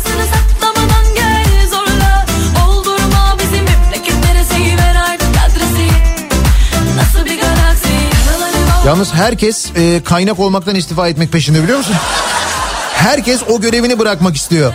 Yalnız herkes kaynak olmaktan istifa etmek peşinde, biliyor musun? Herkes o görevini bırakmak istiyor.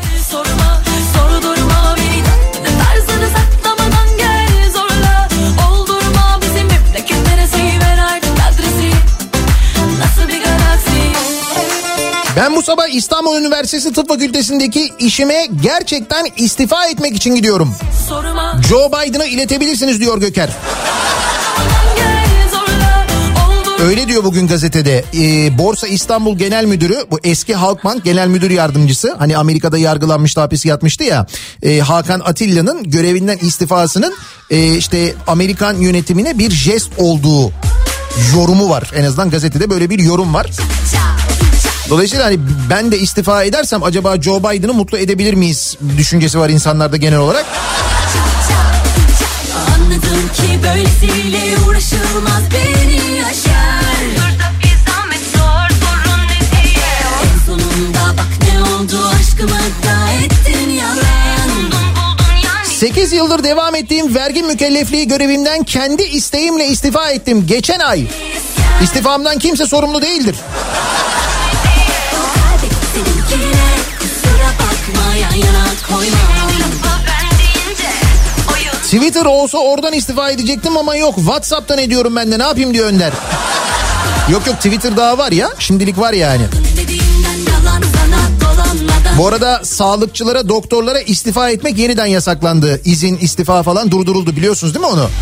Ben bu sabah İstanbul Üniversitesi Tıp Fakültesi'ndeki işime gerçekten istifa etmek için gidiyorum. Joe Biden'a iletebilirsiniz diyor Göker. Öyle diyor bugün gazetede. Borsa İstanbul Genel Müdürü, bu eski Halkbank Genel Müdür Yardımcısı, hani Amerika'da yargılanmıştı, hapis yatmıştı ya, Hakan Atilla'nın görevinden istifasının işte Amerikan yönetimine bir jest olduğu yorumu var. En azından gazetede böyle bir yorum var. Dolayısıyla hani ben de istifa edersem acaba Joe Biden'ı mutlu edebilir miyiz düşüncesi var insanlarda genel olarak. Anladım ki böylesiyle uğraşılmaz, beni aşar. Burada bir zahmet sor, sorun ne diye. En sonunda bak ne oldu, aşkımı da ettin yalan. Buldun yani. 8 yıldır devam ettiğim vergi mükellefliği görevimden kendi isteğimle istifa ettim geçen ay. İstifamdan kimse sorumlu değildir. Twitter olsa oradan istifa edecektim ama yok. WhatsApp'tan ediyorum ben de, ne yapayım diyor Önder. Yok Twitter daha var ya, şimdilik var yani. Bu arada sağlıkçılara, doktorlara istifa etmek yeniden yasaklandı. İzin, istifa falan durduruldu, biliyorsunuz değil mi onu?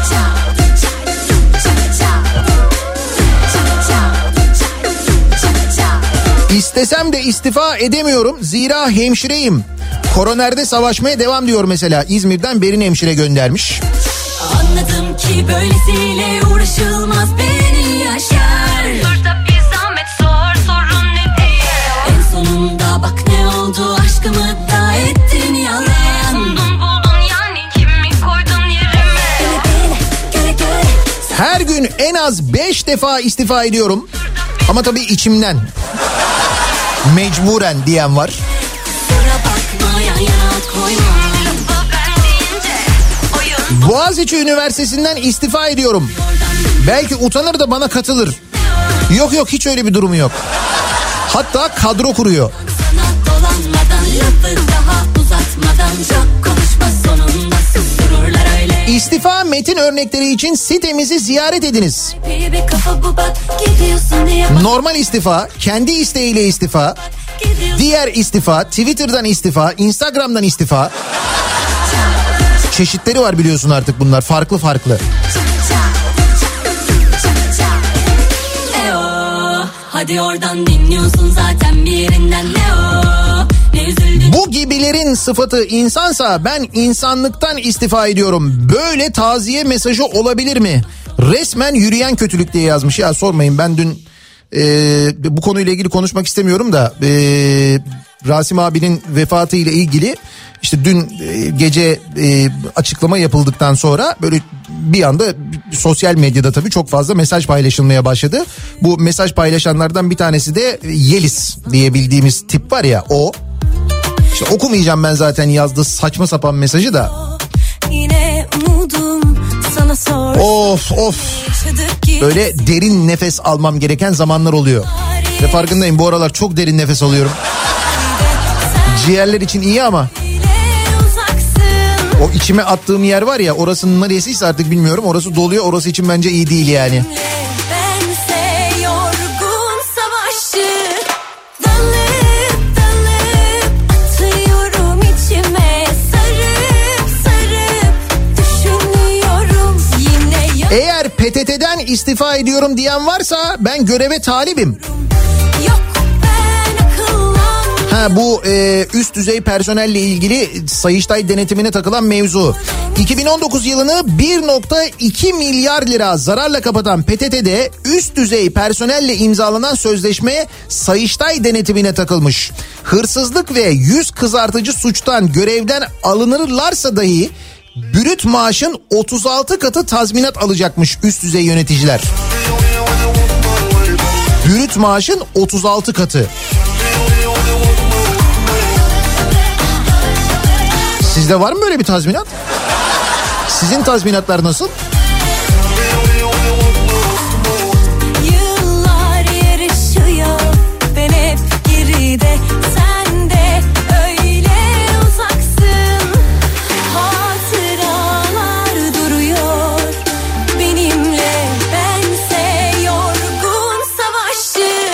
İstesem de istifa edemiyorum. Zira hemşireyim. Koronerde savaşmaya devam diyor mesela. İzmir'den Berin hemşire göndermiş. Anladım ki böylesiyle uğraşılmaz, beni yaşar. Burada bir zahmet sor, sorun ne diye. En sonunda bak ne oldu, aşkımı da ettin yalan. Buldun yani, kimi koydun yerime. Göre. Her gün en az 5 defa istifa ediyorum. Ama tabii içimden. Mecburen diyen var. Boğaziçi Üniversitesi'nden istifa ediyorum. Belki utanır da bana katılır. Yok hiç öyle bir durumu yok. Hatta kadro kuruyor. İstifa metin örnekleri için sitemizi ziyaret ediniz. Normal istifa, kendi isteğiyle istifa, diğer istifa, Twitter'dan istifa, Instagram'dan istifa. Çeşitleri var biliyorsun artık bunlar, farklı. Hadi oradan dinliyorsun zaten bir yerinden ne o? Ne üzüldün? Bu gibilerin sıfatı insansa ben insanlıktan istifa ediyorum. Böyle taziye mesajı olabilir mi? Resmen yürüyen kötülük diye yazmış. Ya sormayın, ben dün bu konuyla ilgili konuşmak istemiyorum da Rasim abinin vefatı ile ilgili işte dün gece açıklama yapıldıktan sonra böyle bir anda sosyal medyada tabii çok fazla mesaj paylaşılmaya başladı. Bu mesaj paylaşanlardan bir tanesi de Yeliz diye bildiğimiz tip var ya, o. İşte okumayacağım ben zaten yazdığı saçma sapan mesajı da. Yine umudum sana sor. Of. Böyle derin nefes almam gereken zamanlar oluyor. Ve farkındayım, bu aralar çok derin nefes alıyorum. Ciğerler için iyi ama o içime attığım yer var ya, orasının neresiyse artık bilmiyorum, orası doluyor, orası için bence iyi değil yani. Bense yorgun savaşı, atıyorum içime, sarıp düşünüyorum yine. Eğer PTT'den istifa ediyorum diyen varsa ben göreve talibim. Bu üst düzey personelle ilgili Sayıştay denetimine takılan mevzu. 2019 yılını 1.2 milyar lira zararla kapatan PTT'de üst düzey personelle imzalanan sözleşme Sayıştay denetimine takılmış. Hırsızlık ve yüz kızartıcı suçtan görevden alınırlarsa dahi brüt maaşın 36 katı tazminat alacakmış üst düzey yöneticiler. Brüt maaşın 36 katı. Sizde var mı böyle bir tazminat? Sizin tazminatlar nasıl? Yıllar yarışıyor, ben hep geride, sen de öyle uzaksın. Hatıralar duruyor benimle, bense yorgun savaşı.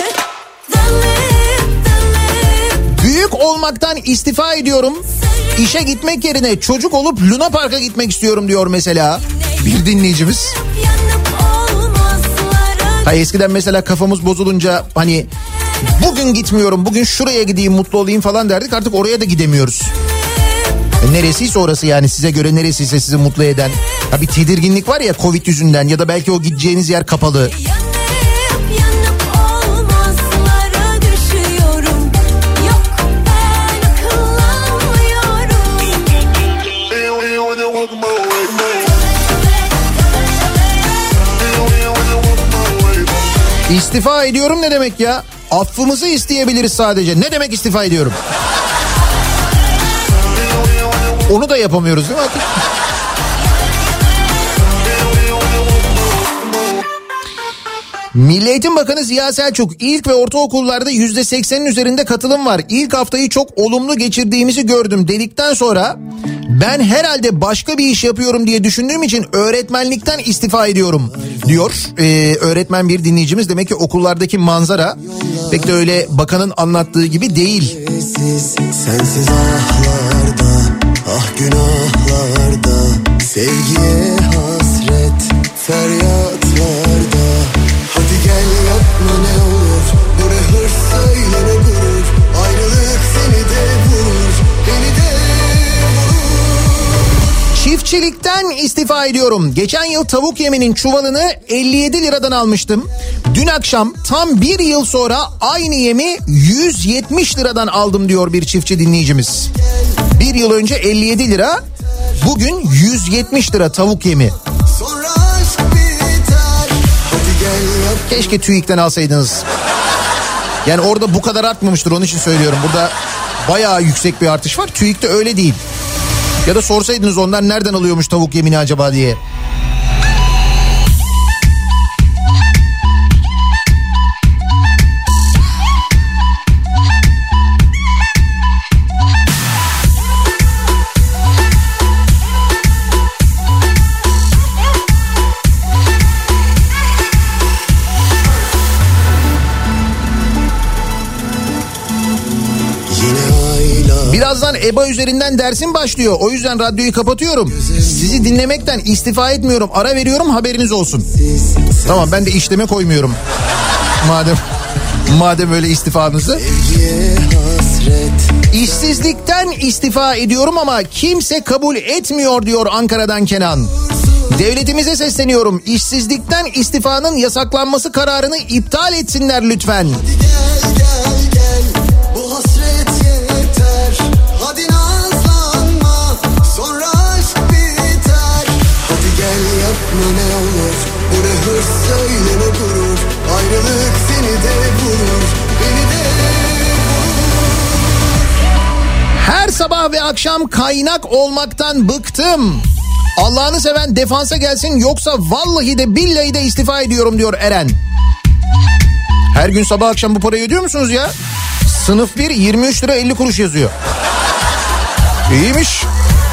Büyük olmaktan istifa ediyorum. İşe gitmek yerine çocuk olup Luna Park'a gitmek istiyorum diyor mesela bir dinleyicimiz. Eskiden mesela kafamız bozulunca hani bugün gitmiyorum, bugün şuraya gideyim mutlu olayım falan derdik, artık oraya da gidemiyoruz. Neresiyse orası, yani size göre neresiyse sizi mutlu eden. Ha, bir tedirginlik var ya Covid yüzünden, ya da belki o gideceğiniz yer kapalı. İstifa ediyorum ne demek ya? Affımızı isteyebiliriz sadece. Ne demek istifa ediyorum? Onu da yapamıyoruz değil mi artık? Milli Eğitim Bakanı Ziya Selçuk, ilk ve ortaokullarda %80'in üzerinde katılım var. İlk haftayı çok olumlu geçirdiğimizi gördüm dedikten sonra ben herhalde başka bir iş yapıyorum diye düşündüğüm için öğretmenlikten istifa ediyorum diyor. Öğretmen bir dinleyicimiz. Demek ki okullardaki manzara pek de öyle bakanın anlattığı gibi değil. Sensiz ahlarda, ah günahlarda, sevgiye hasret feryatlarda. Hadi gel yapma ne olur, bu ne hırs söyle ne gurur, ayrılık seni de vurur, beni de vurur. Çiftçilikten istifa ediyorum. Geçen yıl tavuk yeminin çuvalını 57 liradan almıştım. Dün akşam tam bir yıl sonra aynı yemi 170 liradan aldım diyor bir çiftçi dinleyicimiz. Bir yıl önce 57 lira, bugün 170 lira tavuk yemi. Keşke TÜİK'ten alsaydınız. Yani orada bu kadar artmamıştır, onun için söylüyorum. Burada bayağı yüksek bir artış var. TÜİK'te öyle değil. Ya da sorsaydınız onlar nereden alıyormuş tavuk yemini acaba diye. Birazdan EBA üzerinden dersim başlıyor. O yüzden radyoyu kapatıyorum. Sizi dinlemekten istifa etmiyorum. Ara veriyorum, haberiniz olsun. Tamam, ben de işleme koymuyorum. Madem öyle istifanızı. İşsizlikten istifa ediyorum ama kimse kabul etmiyor diyor Ankara'dan Kenan. Devletimize sesleniyorum. İşsizlikten istifanın yasaklanması kararını iptal etsinler lütfen. Ne olur, bu ne hırs söyle ne gurur, ayrılık seni de vurur, beni de vurur. Her sabah ve akşam kaynak olmaktan bıktım. Allah'ını seven defansa gelsin, yoksa vallahi de billahi de istifa ediyorum diyor Eren. Her gün sabah akşam bu parayı ödüyor musunuz ya? Sınıf 1 23 lira 50 kuruş yazıyor. İyiymiş.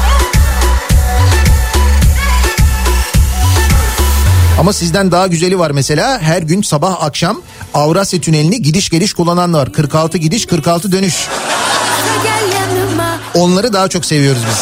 Ama sizden daha güzeli var mesela, her gün sabah akşam Avrasya Tüneli'ni gidiş geliş kullananlar var. 46 gidiş 46 dönüş. Onları daha çok seviyoruz biz.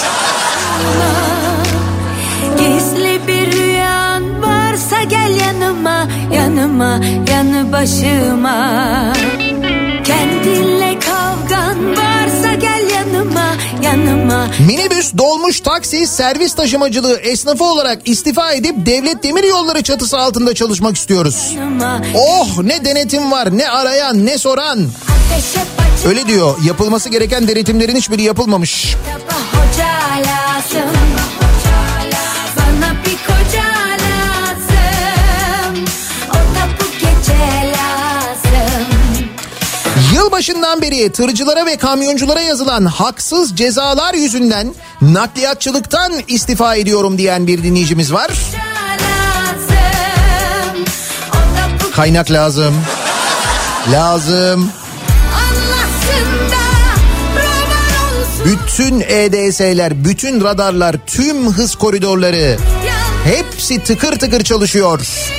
Gizli bir rüyan varsa gel yanıma, yanıma, yanı başıma. Kendinle kavgan varsa gel yanıma, yanıma. Minibüs, dolmuş, taksi, servis taşımacılığı esnafı olarak istifa edip Devlet Demiryolları çatısı altında çalışmak istiyoruz. Oh, ne denetim var, ne arayan, ne soran. Öyle diyor, yapılması gereken denetimlerin hiçbiri yapılmamış. Yılbaşından beri tırcılara ve kamyonculara yazılan haksız cezalar yüzünden nakliyatçılıktan istifa ediyorum diyen bir dinleyicimiz var. Kaynak lazım. Lazım. Bütün EDS'ler, bütün radarlar, tüm hız koridorları hepsi tıkır tıkır çalışıyor.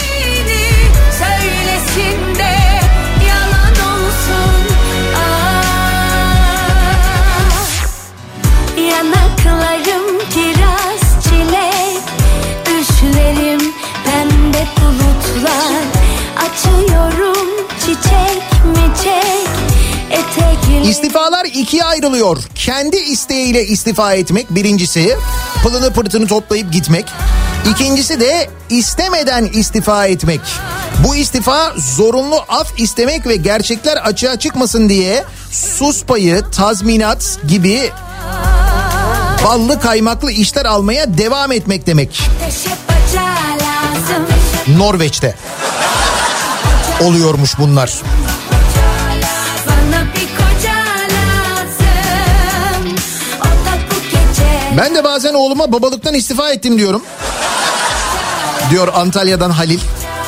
Yanaklarım kiraz çilek, düşlerim pembe bulutlar. Açıyorum çiçek miçek, etekli. İstifalar ikiye ayrılıyor. Kendi isteğiyle istifa etmek birincisi. Pılını pırtını toplayıp gitmek. İkincisi de istemeden istifa etmek. Bu istifa zorunlu af istemek ve gerçekler açığa çıkmasın diye sus payı, tazminat gibi ballı kaymaklı işler almaya devam etmek demek. Norveç'te oluyormuş bunlar. Ben de bazen oğluma babalıktan istifa ettim diyorum. Diyor Antalya'dan Halil.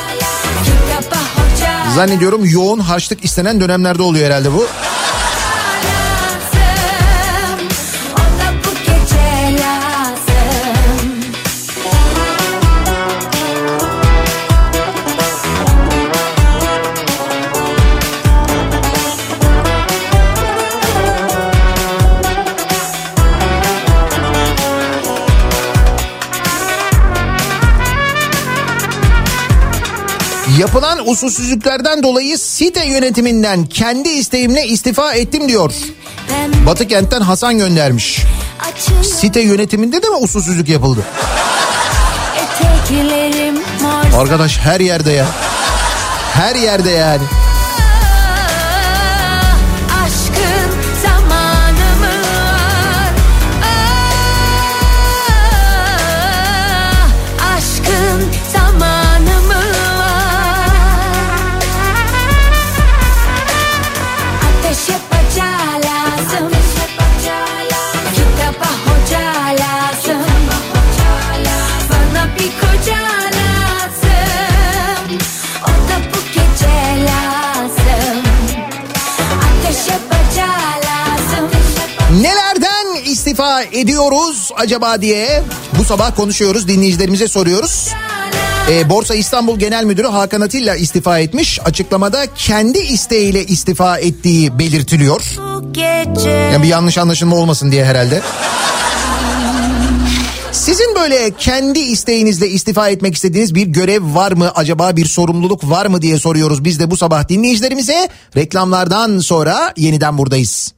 Zannediyorum yoğun harçlık istenen dönemlerde oluyor herhalde bu. Yapılan usulsüzlüklerden dolayı site yönetiminden kendi isteğimle istifa ettim diyor. Batı kentten Hasan göndermiş. Site yönetiminde de mi usulsüzlük yapıldı? Arkadaş her yerde ya. Her yerde yani. Nelerden istifa ediyoruz acaba diye bu sabah konuşuyoruz, dinleyicilerimize soruyoruz. Borsa İstanbul Genel Müdürü Hakan Atilla istifa etmiş. Açıklamada kendi isteğiyle istifa ettiği belirtiliyor. Yani bir yanlış anlaşılma olmasın diye herhalde. Sizin böyle kendi isteğinizle istifa etmek istediğiniz bir görev var mı? Acaba bir sorumluluk var mı diye soruyoruz biz de bu sabah dinleyicilerimize. Reklamlardan sonra yeniden buradayız.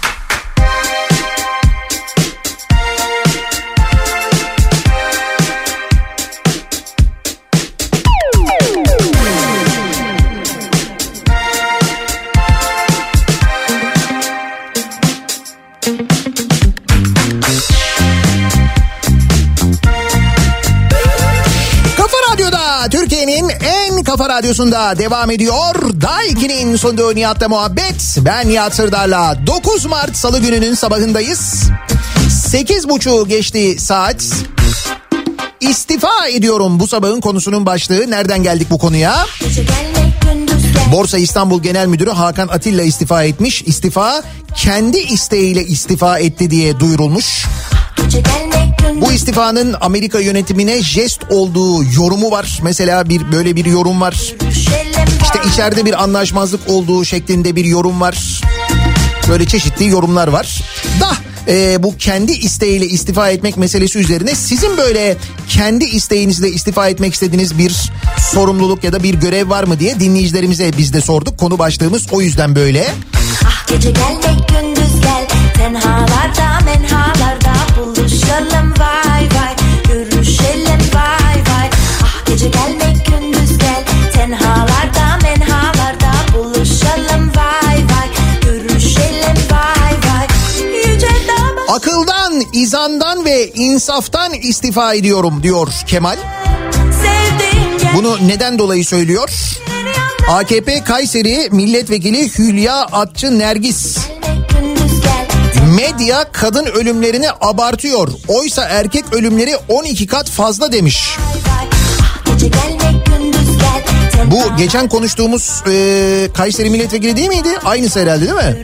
Türkiye'nin en kafa radyosunda devam ediyor. Daiki'nin sunduğu Nihat'la muhabbet. Ben Nihat Sırdar'la 9 Mart Salı gününün sabahındayız. 8.30 geçti saat. İstifa ediyorum bu sabahın konusunun başlığı. Nereden geldik bu konuya? Borsa İstanbul Genel Müdürü Hakan Atilla istifa etmiş. İstifa kendi isteğiyle istifa etti diye duyurulmuş. Bu istifanın Amerika yönetimine jest olduğu yorumu var. Mesela böyle bir yorum var. İşte içeride bir anlaşmazlık olduğu şeklinde bir yorum var. Böyle çeşitli yorumlar var. Bu kendi isteğiyle istifa etmek meselesi üzerine sizin böyle kendi isteğinizle istifa etmek istediğiniz bir sorumluluk ya da bir görev var mı diye dinleyicilerimize biz de sorduk. Konu başlığımız o yüzden böyle. Ah gece gelmek gündüz gel, tenhalarda menhalarda buluşalım vay vay, görüşelim vay vay. Ah gece gelmek gündüz gel, tenhalarda menhalarda buluşalım vay vay, görüşelim vay vay. Yüce dağ... Akıldan, izandan ve insaftan istifa ediyorum diyor Kemal. Bunu neden dolayı söylüyor? AKP Kayseri Milletvekili Hülya Atçı Nergis. Medya kadın ölümlerini abartıyor. Oysa erkek ölümleri 12 kat fazla demiş. Bu geçen konuştuğumuz Kayseri Milletvekili değil miydi? Aynısı herhalde değil mi?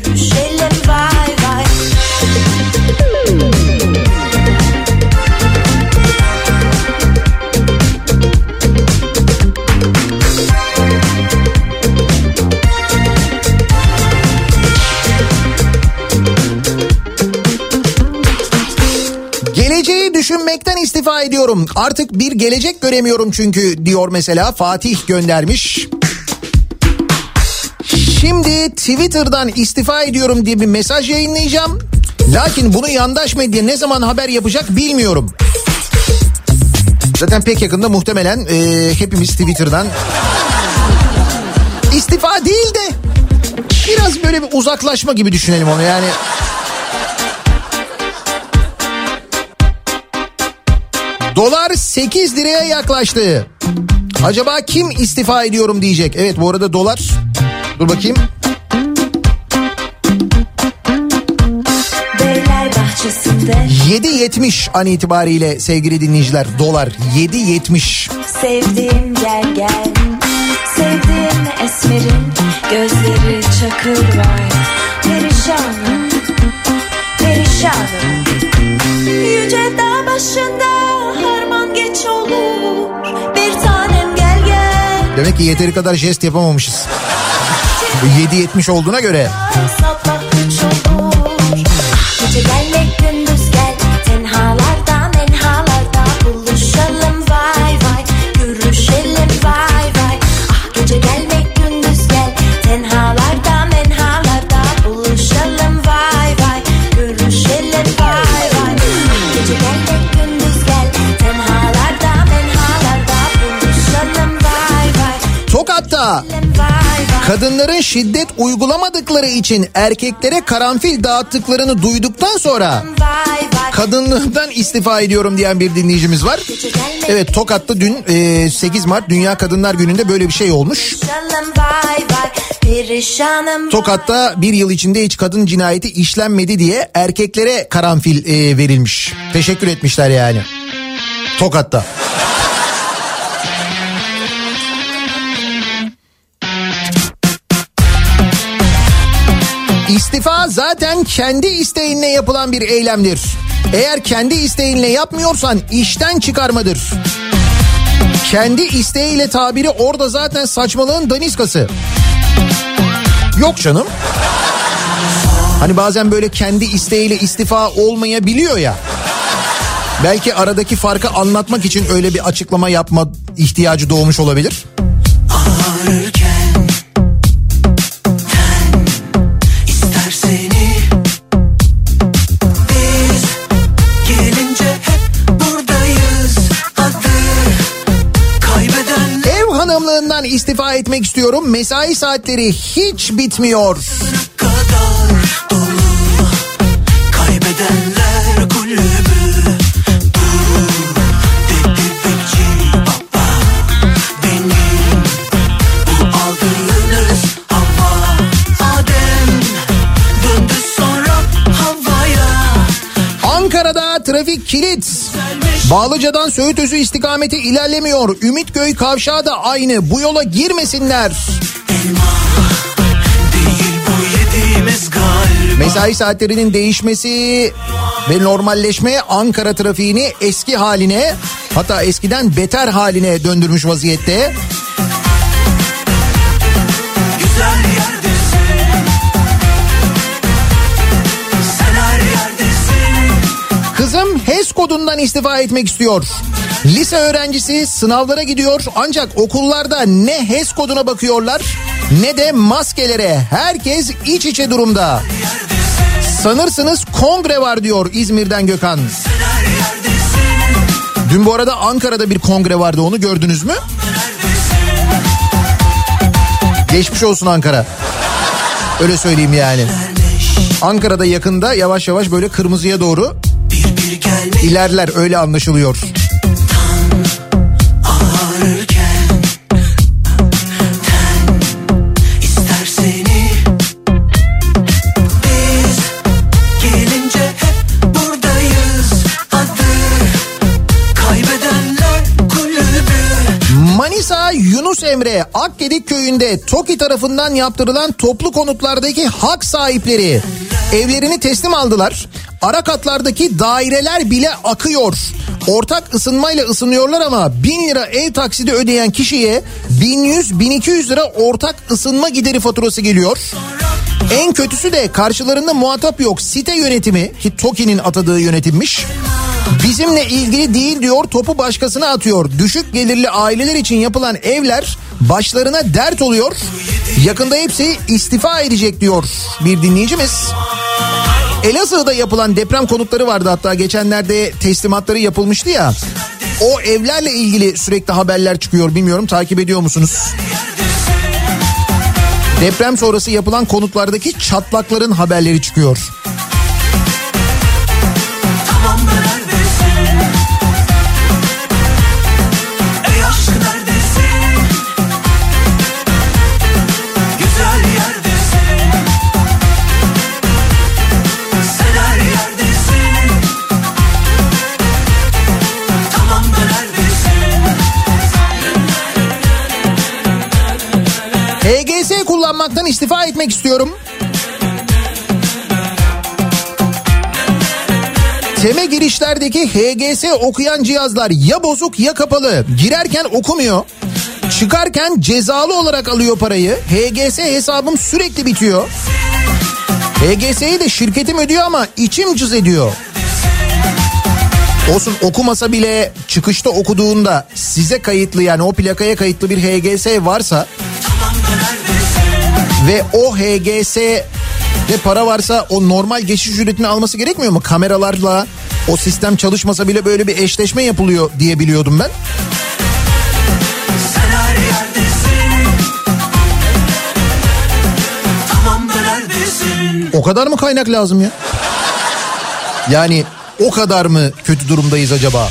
Geleceği düşünmekten istifa ediyorum. Artık bir gelecek göremiyorum çünkü diyor mesela Fatih göndermiş. Şimdi Twitter'dan istifa ediyorum diye bir mesaj yayınlayacağım. Lakin bunu yandaş medya ne zaman haber yapacak bilmiyorum. Zaten pek yakında muhtemelen hepimiz Twitter'dan istifa değil de biraz böyle bir uzaklaşma gibi düşünelim onu yani. Dolar 8 liraya yaklaştı. Acaba kim istifa ediyorum diyecek. Evet, bu arada dolar, dur bakayım. Bahçesinde 7.70 an itibariyle sevgili dinleyiciler, dolar 7.70. Sevdiğim gel gel, sevdiğim esmerin gözleri çakır var. Perişanım, perişanım. Yüce dağ başında harman geç olur. Bir tanem gel gel. Demek ki yeteri kadar jest yapamamışız. 7.70 olduğuna göre. Sabah 3 olur. Gece gelmek gündüz gel. Tenhalarda menhalarda buluşalım vay vay. Görüşelim vay vay. Ah gece gelmek gündüz gel. Tenhalarda menhalarda buluşalım vay vay. Görüşelim vay vay. Gece gelmek gündüz gel. Tenhalarda menhalarda buluşalım vay vay. Tokat'ta kadınların şiddet uygulamadıkları için erkeklere karanfil dağıttıklarını duyduktan sonra kadınlığından istifa ediyorum diyen bir dinleyicimiz var. Evet, Tokat'ta dün 8 Mart Dünya Kadınlar Günü'nde böyle bir şey olmuş. Tokat'ta bir yıl içinde hiç kadın cinayeti işlenmedi diye erkeklere karanfil verilmiş. Teşekkür etmişler yani. Tokat'ta. İstifa zaten kendi isteğinle yapılan bir eylemdir. Eğer kendi isteğinle yapmıyorsan işten çıkarmadır. Kendi isteğiyle tabiri orada zaten saçmalığın daniskası. Yok canım. Hani bazen böyle kendi isteğiyle istifa olmayabiliyor ya. Belki aradaki farkı anlatmak için öyle bir açıklama yapma ihtiyacı doğmuş olabilir. İstifa etmek istiyorum. Mesai saatleri hiç bitmiyor. Kaybedenler kulübü. Dedi bekçi baba benim. Bu aldığınız hava Adem döndü sonra havaya. Ankara'da trafik kilit. Bağlıca'dan Söğütözü istikameti ilerlemiyor. Ümitköy kavşağı da aynı. Bu yola girmesinler. Mesai saatlerinin değişmesi ve normalleşme Ankara trafiğini eski haline, hatta eskiden beter haline döndürmüş vaziyette. Kızım HES kodundan istifa etmek istiyor. Lise öğrencisi, sınavlara gidiyor ancak okullarda ne HES koduna bakıyorlar ne de maskelere. Herkes iç içe durumda. Sanırsınız kongre var diyor İzmir'den Gökhan. Dün bu arada Ankara'da bir kongre vardı, onu gördünüz mü? Geçmiş olsun Ankara. Öyle söyleyeyim yani. Ankara'da yakında yavaş yavaş böyle kırmızıya doğru İlerler, öyle anlaşılıyor. Manisa Yunus Emre Akgedik köyünde TOKİ tarafından yaptırılan toplu konutlardaki hak sahipleri evlerini teslim aldılar. Ara katlardaki daireler bile akıyor. Ortak ısınmayla ısınıyorlar ama 1000 lira ev taksidi ödeyen kişiye 1100-1200 lira ortak ısınma gideri faturası geliyor. En kötüsü de karşılarında muhatap yok. Site yönetimi, ki TOKİ'nin atadığı yönetimmiş, bizimle ilgili değil diyor, topu başkasına atıyor. Düşük gelirli aileler için yapılan evler başlarına dert oluyor. Yakında hepsi istifa edecek diyor bir dinleyicimiz. Elazığ'da yapılan deprem konutları vardı, hatta geçenlerde teslimatları yapılmıştı ya. O evlerle ilgili sürekli haberler çıkıyor, bilmiyorum takip ediyor musunuz? Deprem sonrası yapılan konutlardaki çatlakların haberleri çıkıyor. HGS kullanmaktan istifa etmek istiyorum. Teme girişlerdeki HGS okuyan cihazlar ya bozuk ya kapalı. Girerken okumuyor. Çıkarken cezalı olarak alıyor parayı. HGS hesabım sürekli bitiyor. HGS'yi de şirketim ödüyor ama içim cız ediyor. Olsun, okumasa bile çıkışta okuduğunda size kayıtlı, yani o plakaya kayıtlı bir HGS varsa ve o HGS'de para varsa o normal geçiş ücretini alması gerekmiyor mu? Kameralarla o sistem çalışmasa bile böyle bir eşleşme yapılıyor diye biliyordum ben. O kadar mı kaynak lazım ya? Yani o kadar mı kötü durumdayız acaba?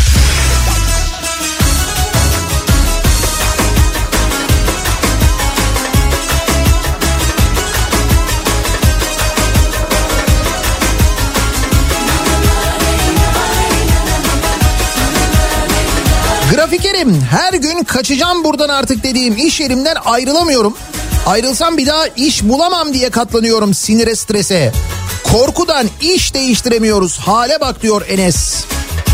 Grafikerim, her gün kaçacağım buradan artık dediğim iş yerimden ayrılamıyorum. Ayrılsam bir daha iş bulamam diye katlanıyorum sinire, strese. Korkudan iş değiştiremiyoruz. Hale bak diyor Enes.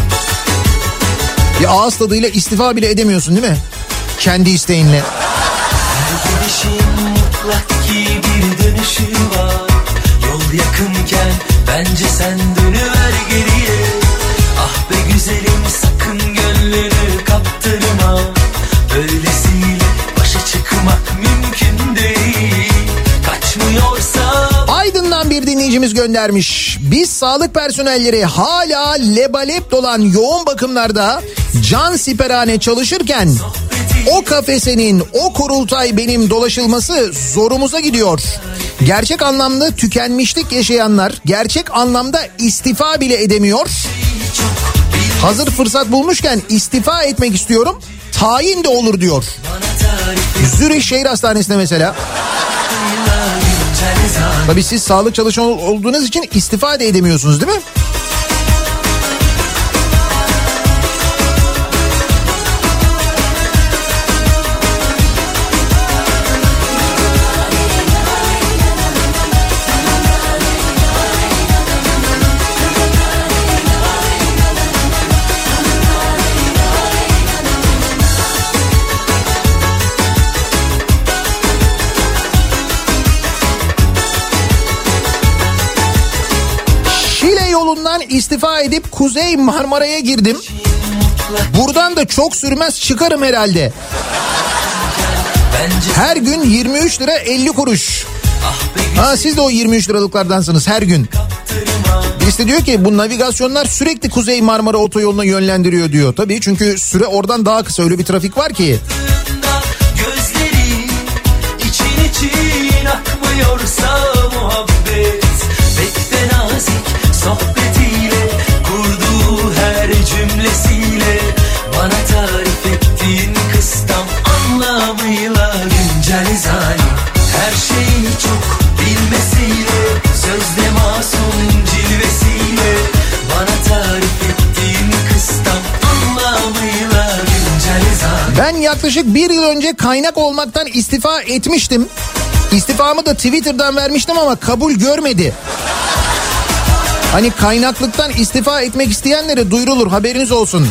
Bir ağız tadıyla istifa bile edemiyorsun değil mi? Kendi isteğinle. Her gidişin mutlak ki bir dönüşü var. Yol yakınken bence sen dönüver geriye. Ah be güzelim, sakın gönlünü kaptırma. Böylesiyle başa çıkmak mümkün değil. Kaçmıyorsa... Aydın'dan bir dinleyicimiz göndermiş. Biz sağlık personelleri hala lebalep dolan yoğun bakımlarda cansiperhane çalışırken o kafesenin, o kurultay benim dolaşılması zorumuza gidiyor. Gerçek anlamda tükenmişlik yaşayanlar gerçek anlamda istifa bile edemiyor. Hazır fırsat bulmuşken istifa etmek istiyorum. Tayin de olur diyor. Zürih Şehir Hastanesi'nde mesela. Tabii siz sağlık çalışanı olduğunuz için istifa da edemiyorsunuz değil mi? İstifa edip Kuzey Marmara'ya girdim. Buradan da çok sürmez çıkarım herhalde. Her gün 23 lira 50 kuruş. Ha, siz de o 23 liralıklardansınız her gün. Birisi diyor ki bu navigasyonlar sürekli Kuzey Marmara otoyoluna yönlendiriyor diyor. Tabii çünkü süre oradan daha kısa, öyle bir trafik var ki. Gözleri için için akmıyorsa muhabbet pek de nazik sohbetiyle, kurduğu her cümlesiyle, bana tarif ettiğin kıstam anlamıyla güncel zalim. Her şeyi çok bilmesiyle, sözde masum cilvesiyle, bana tarif ettiğin kıstam anlamıyla güncel zalim. Ben yaklaşık bir yıl önce kaynak olmaktan istifa etmiştim. İstifamı da Twitter'dan vermiştim ama kabul görmedi. Hani kaynaklıktan istifa etmek isteyenlere duyurulur, haberiniz olsun.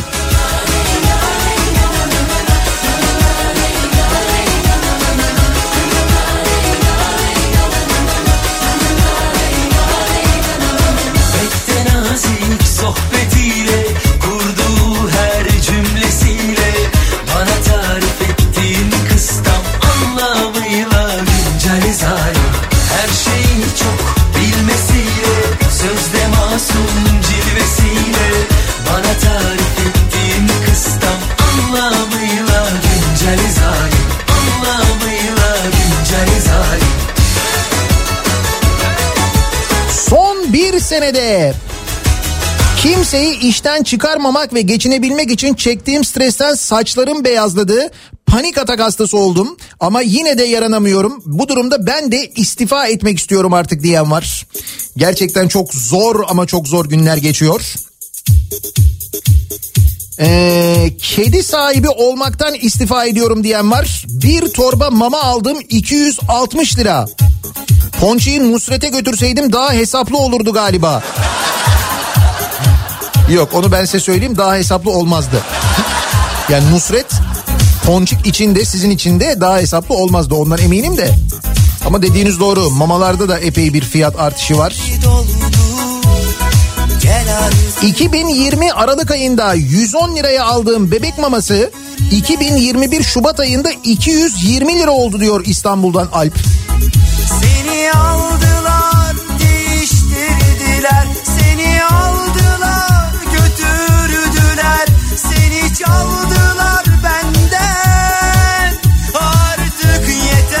Pek de nazik sohbetiyle, kurduğu her cümlesiyle, bana tarif ettiğin kıstam anlamıyla senede kimseyi işten çıkarmamak ve geçinebilmek için çektiğim stresten saçlarım beyazladı. Panik atak hastası oldum ama yine de yaranamıyorum. Bu durumda ben de istifa etmek istiyorum artık diyen var. Gerçekten çok zor ama çok zor günler geçiyor. Kedi sahibi olmaktan istifa ediyorum diyen var. Bir torba mama aldım 260 lira. Ponçi'yi Nusret'e götürseydim daha hesaplı olurdu galiba. Yok, onu ben size söyleyeyim, daha hesaplı olmazdı. Yani Nusret Ponçik için de sizin için de daha hesaplı olmazdı, ondan eminim de. Ama dediğiniz doğru, mamalarda da epey bir fiyat artışı var. 2020 Aralık ayında 110 liraya aldığım bebek maması 2021 Şubat ayında 220 lira oldu diyor İstanbul'dan Alp. Seni aldılar, değiştirdiler, seni aldılar, götürdüler, seni çaldılar benden, artık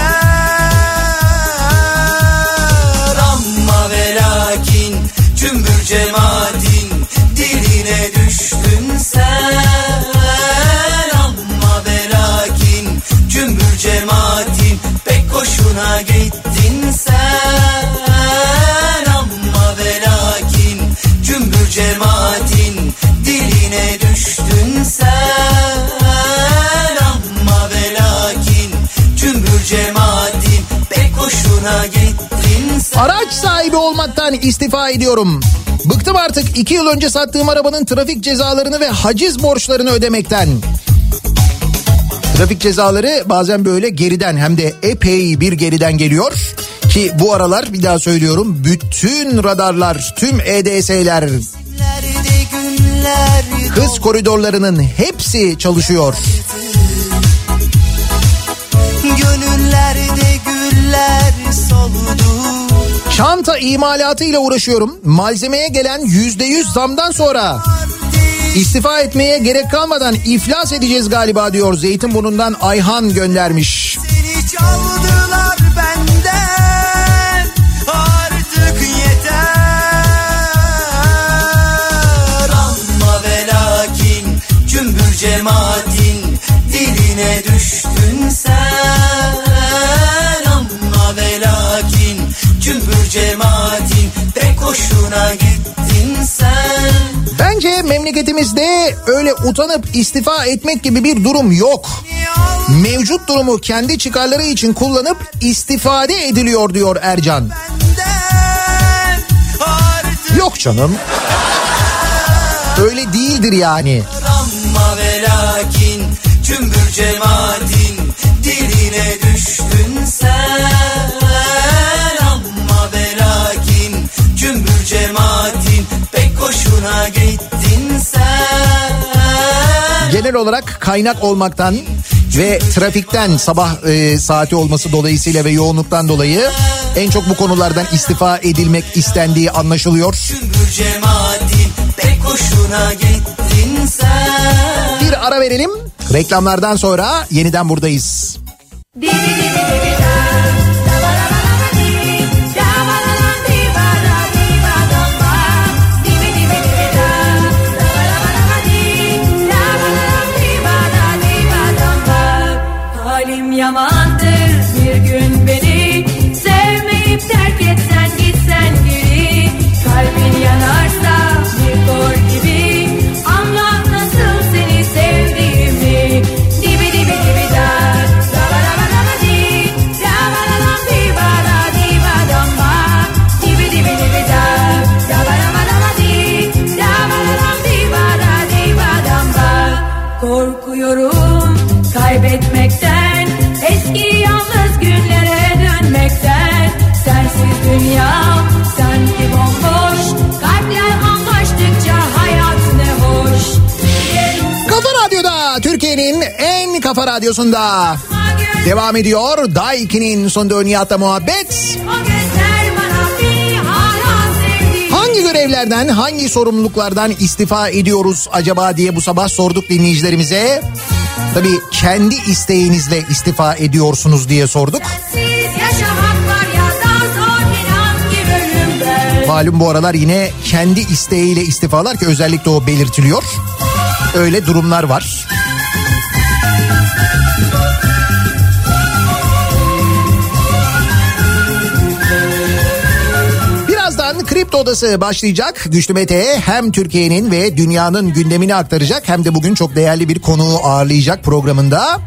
yeter. Amma ve lakin cümbür cemaatin diline düştün sen. Amma ve lakin cümbür cemaatin pek hoşuna gittin sen. Amma ve lakin cümbür cemaatin diline düştün sen. Amma ve lakin cümbür cemaatin pek hoşuna gittin sen. Araç sahibi olmaktan istifa ediyorum. Bıktım artık 2 yıl önce sattığım arabanın trafik cezalarını ve haciz borçlarını ödemekten. Trafik cezaları bazen böyle geriden, hem de epey bir geriden geliyor. Ki bu aralar, bir daha söylüyorum, bütün radarlar, tüm EDS'ler, hız koridorlarının hepsi çalışıyor. Gönüllerde güller soldu. Çanta imalatıyla uğraşıyorum. Malzemeye gelen %100 zamdan sonra istifa etmeye gerek kalmadan iflas edeceğiz galiba diyor. Zeytinburnu'ndan Ayhan göndermiş. Seni çaldılar benden, artık yeter. Amma ve lakin cümbür cemaatin diline düştün sen. Amma ve lakin cümbür cemaatin pek hoşuna gittin sen. Bence memleketimizde öyle utanıp istifa etmek gibi bir durum yok. Mevcut durumu kendi çıkarları için kullanıp istifade ediliyor diyor Ercan. Yok canım. Öyle değildir yani. Amma ve lakin cümbür cemaatin diline düştün sen. Amma ve lakin cümbür cemaatin pek hoşuna gittin sen. Genel olarak kaynak olmaktan ve trafikten, sabah saati olması dolayısıyla ve yoğunluktan dolayı en çok bu konulardan istifa edilmek istendiği anlaşılıyor. Cümbür cemaatin pek hoşuna gittin sen. Bir ara verelim. Reklamlardan sonra yeniden buradayız. Halim yamandır, bir gün beni sevmeyip terk etsen, gitsen geri. Kalbin yanarsa bir kor gibi, anla nasıl seni sevdiğimi. Dibi dibi dibi da, da ba da ba da ba di, da ba da da di ba da di ba da ba. Dibi dibi dibi da, da ba da ba da ba di, da ba da da di ba da di ba da ba. Korkuyorum kaybetmekten, eski yalnız günlere dönmekten. Sensiz dünya sanki bomboş, kalpler anlaştıkça hayat ne hoş. Kafa Radyo'da, Türkiye'nin en kafa radyosunda devam ediyor. Daiki'nin sonunda Nihat'la muhabbet. Hangi görevlerden, hangi sorumluluklardan istifa ediyoruz acaba diye bu sabah sorduk dinleyicilerimize. Tabii kendi isteğinizle istifa ediyorsunuz diye sorduk. Malum bu aralar yine kendi isteğiyle istifalar ki özellikle o belirtiliyor. Öyle durumlar var. Birazdan Kripto Odası başlayacak. Güçlü Mete hem Türkiye'nin ve dünyanın gündemini aktaracak hem de bugün çok değerli bir konuğu ağırlayacak programında.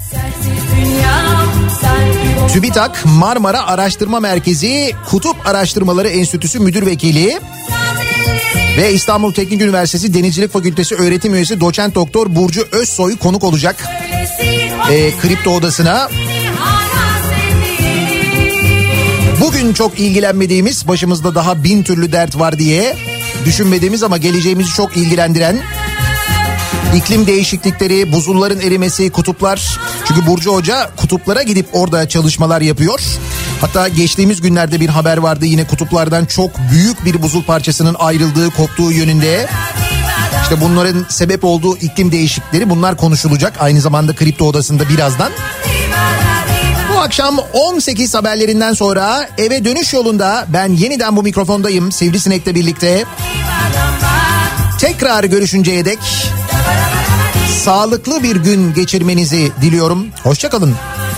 TÜBİTAK Marmara Araştırma Merkezi Kutup Araştırmaları Enstitüsü Müdür Vekili ve İstanbul Teknik Üniversitesi Denizcilik Fakültesi öğretim üyesi Doçent Doktor Burcu Özsoy konuk olacak Kripto Odası'na. Bugün çok ilgilenmediğimiz, başımızda daha 1000 türlü dert var diye düşünmediğimiz ama geleceğimizi çok ilgilendiren iklim değişiklikleri, buzulların erimesi, kutuplar. Çünkü Burcu Hoca kutuplara gidip orada çalışmalar yapıyor. Hatta geçtiğimiz günlerde bir haber vardı yine kutuplardan çok büyük bir buzul parçasının ayrıldığı, koptuğu yönünde. İşte bunların sebep olduğu iklim değişiklikleri, bunlar konuşulacak. Aynı zamanda Kripto Odası'nda birazdan. Bu akşam 18 haberlerinden sonra eve dönüş yolunda ben yeniden bu mikrofondayım Sivrisinek'le birlikte. Tekrar görüşünceye dek sağlıklı bir gün geçirmenizi diliyorum. Hoşça kalın.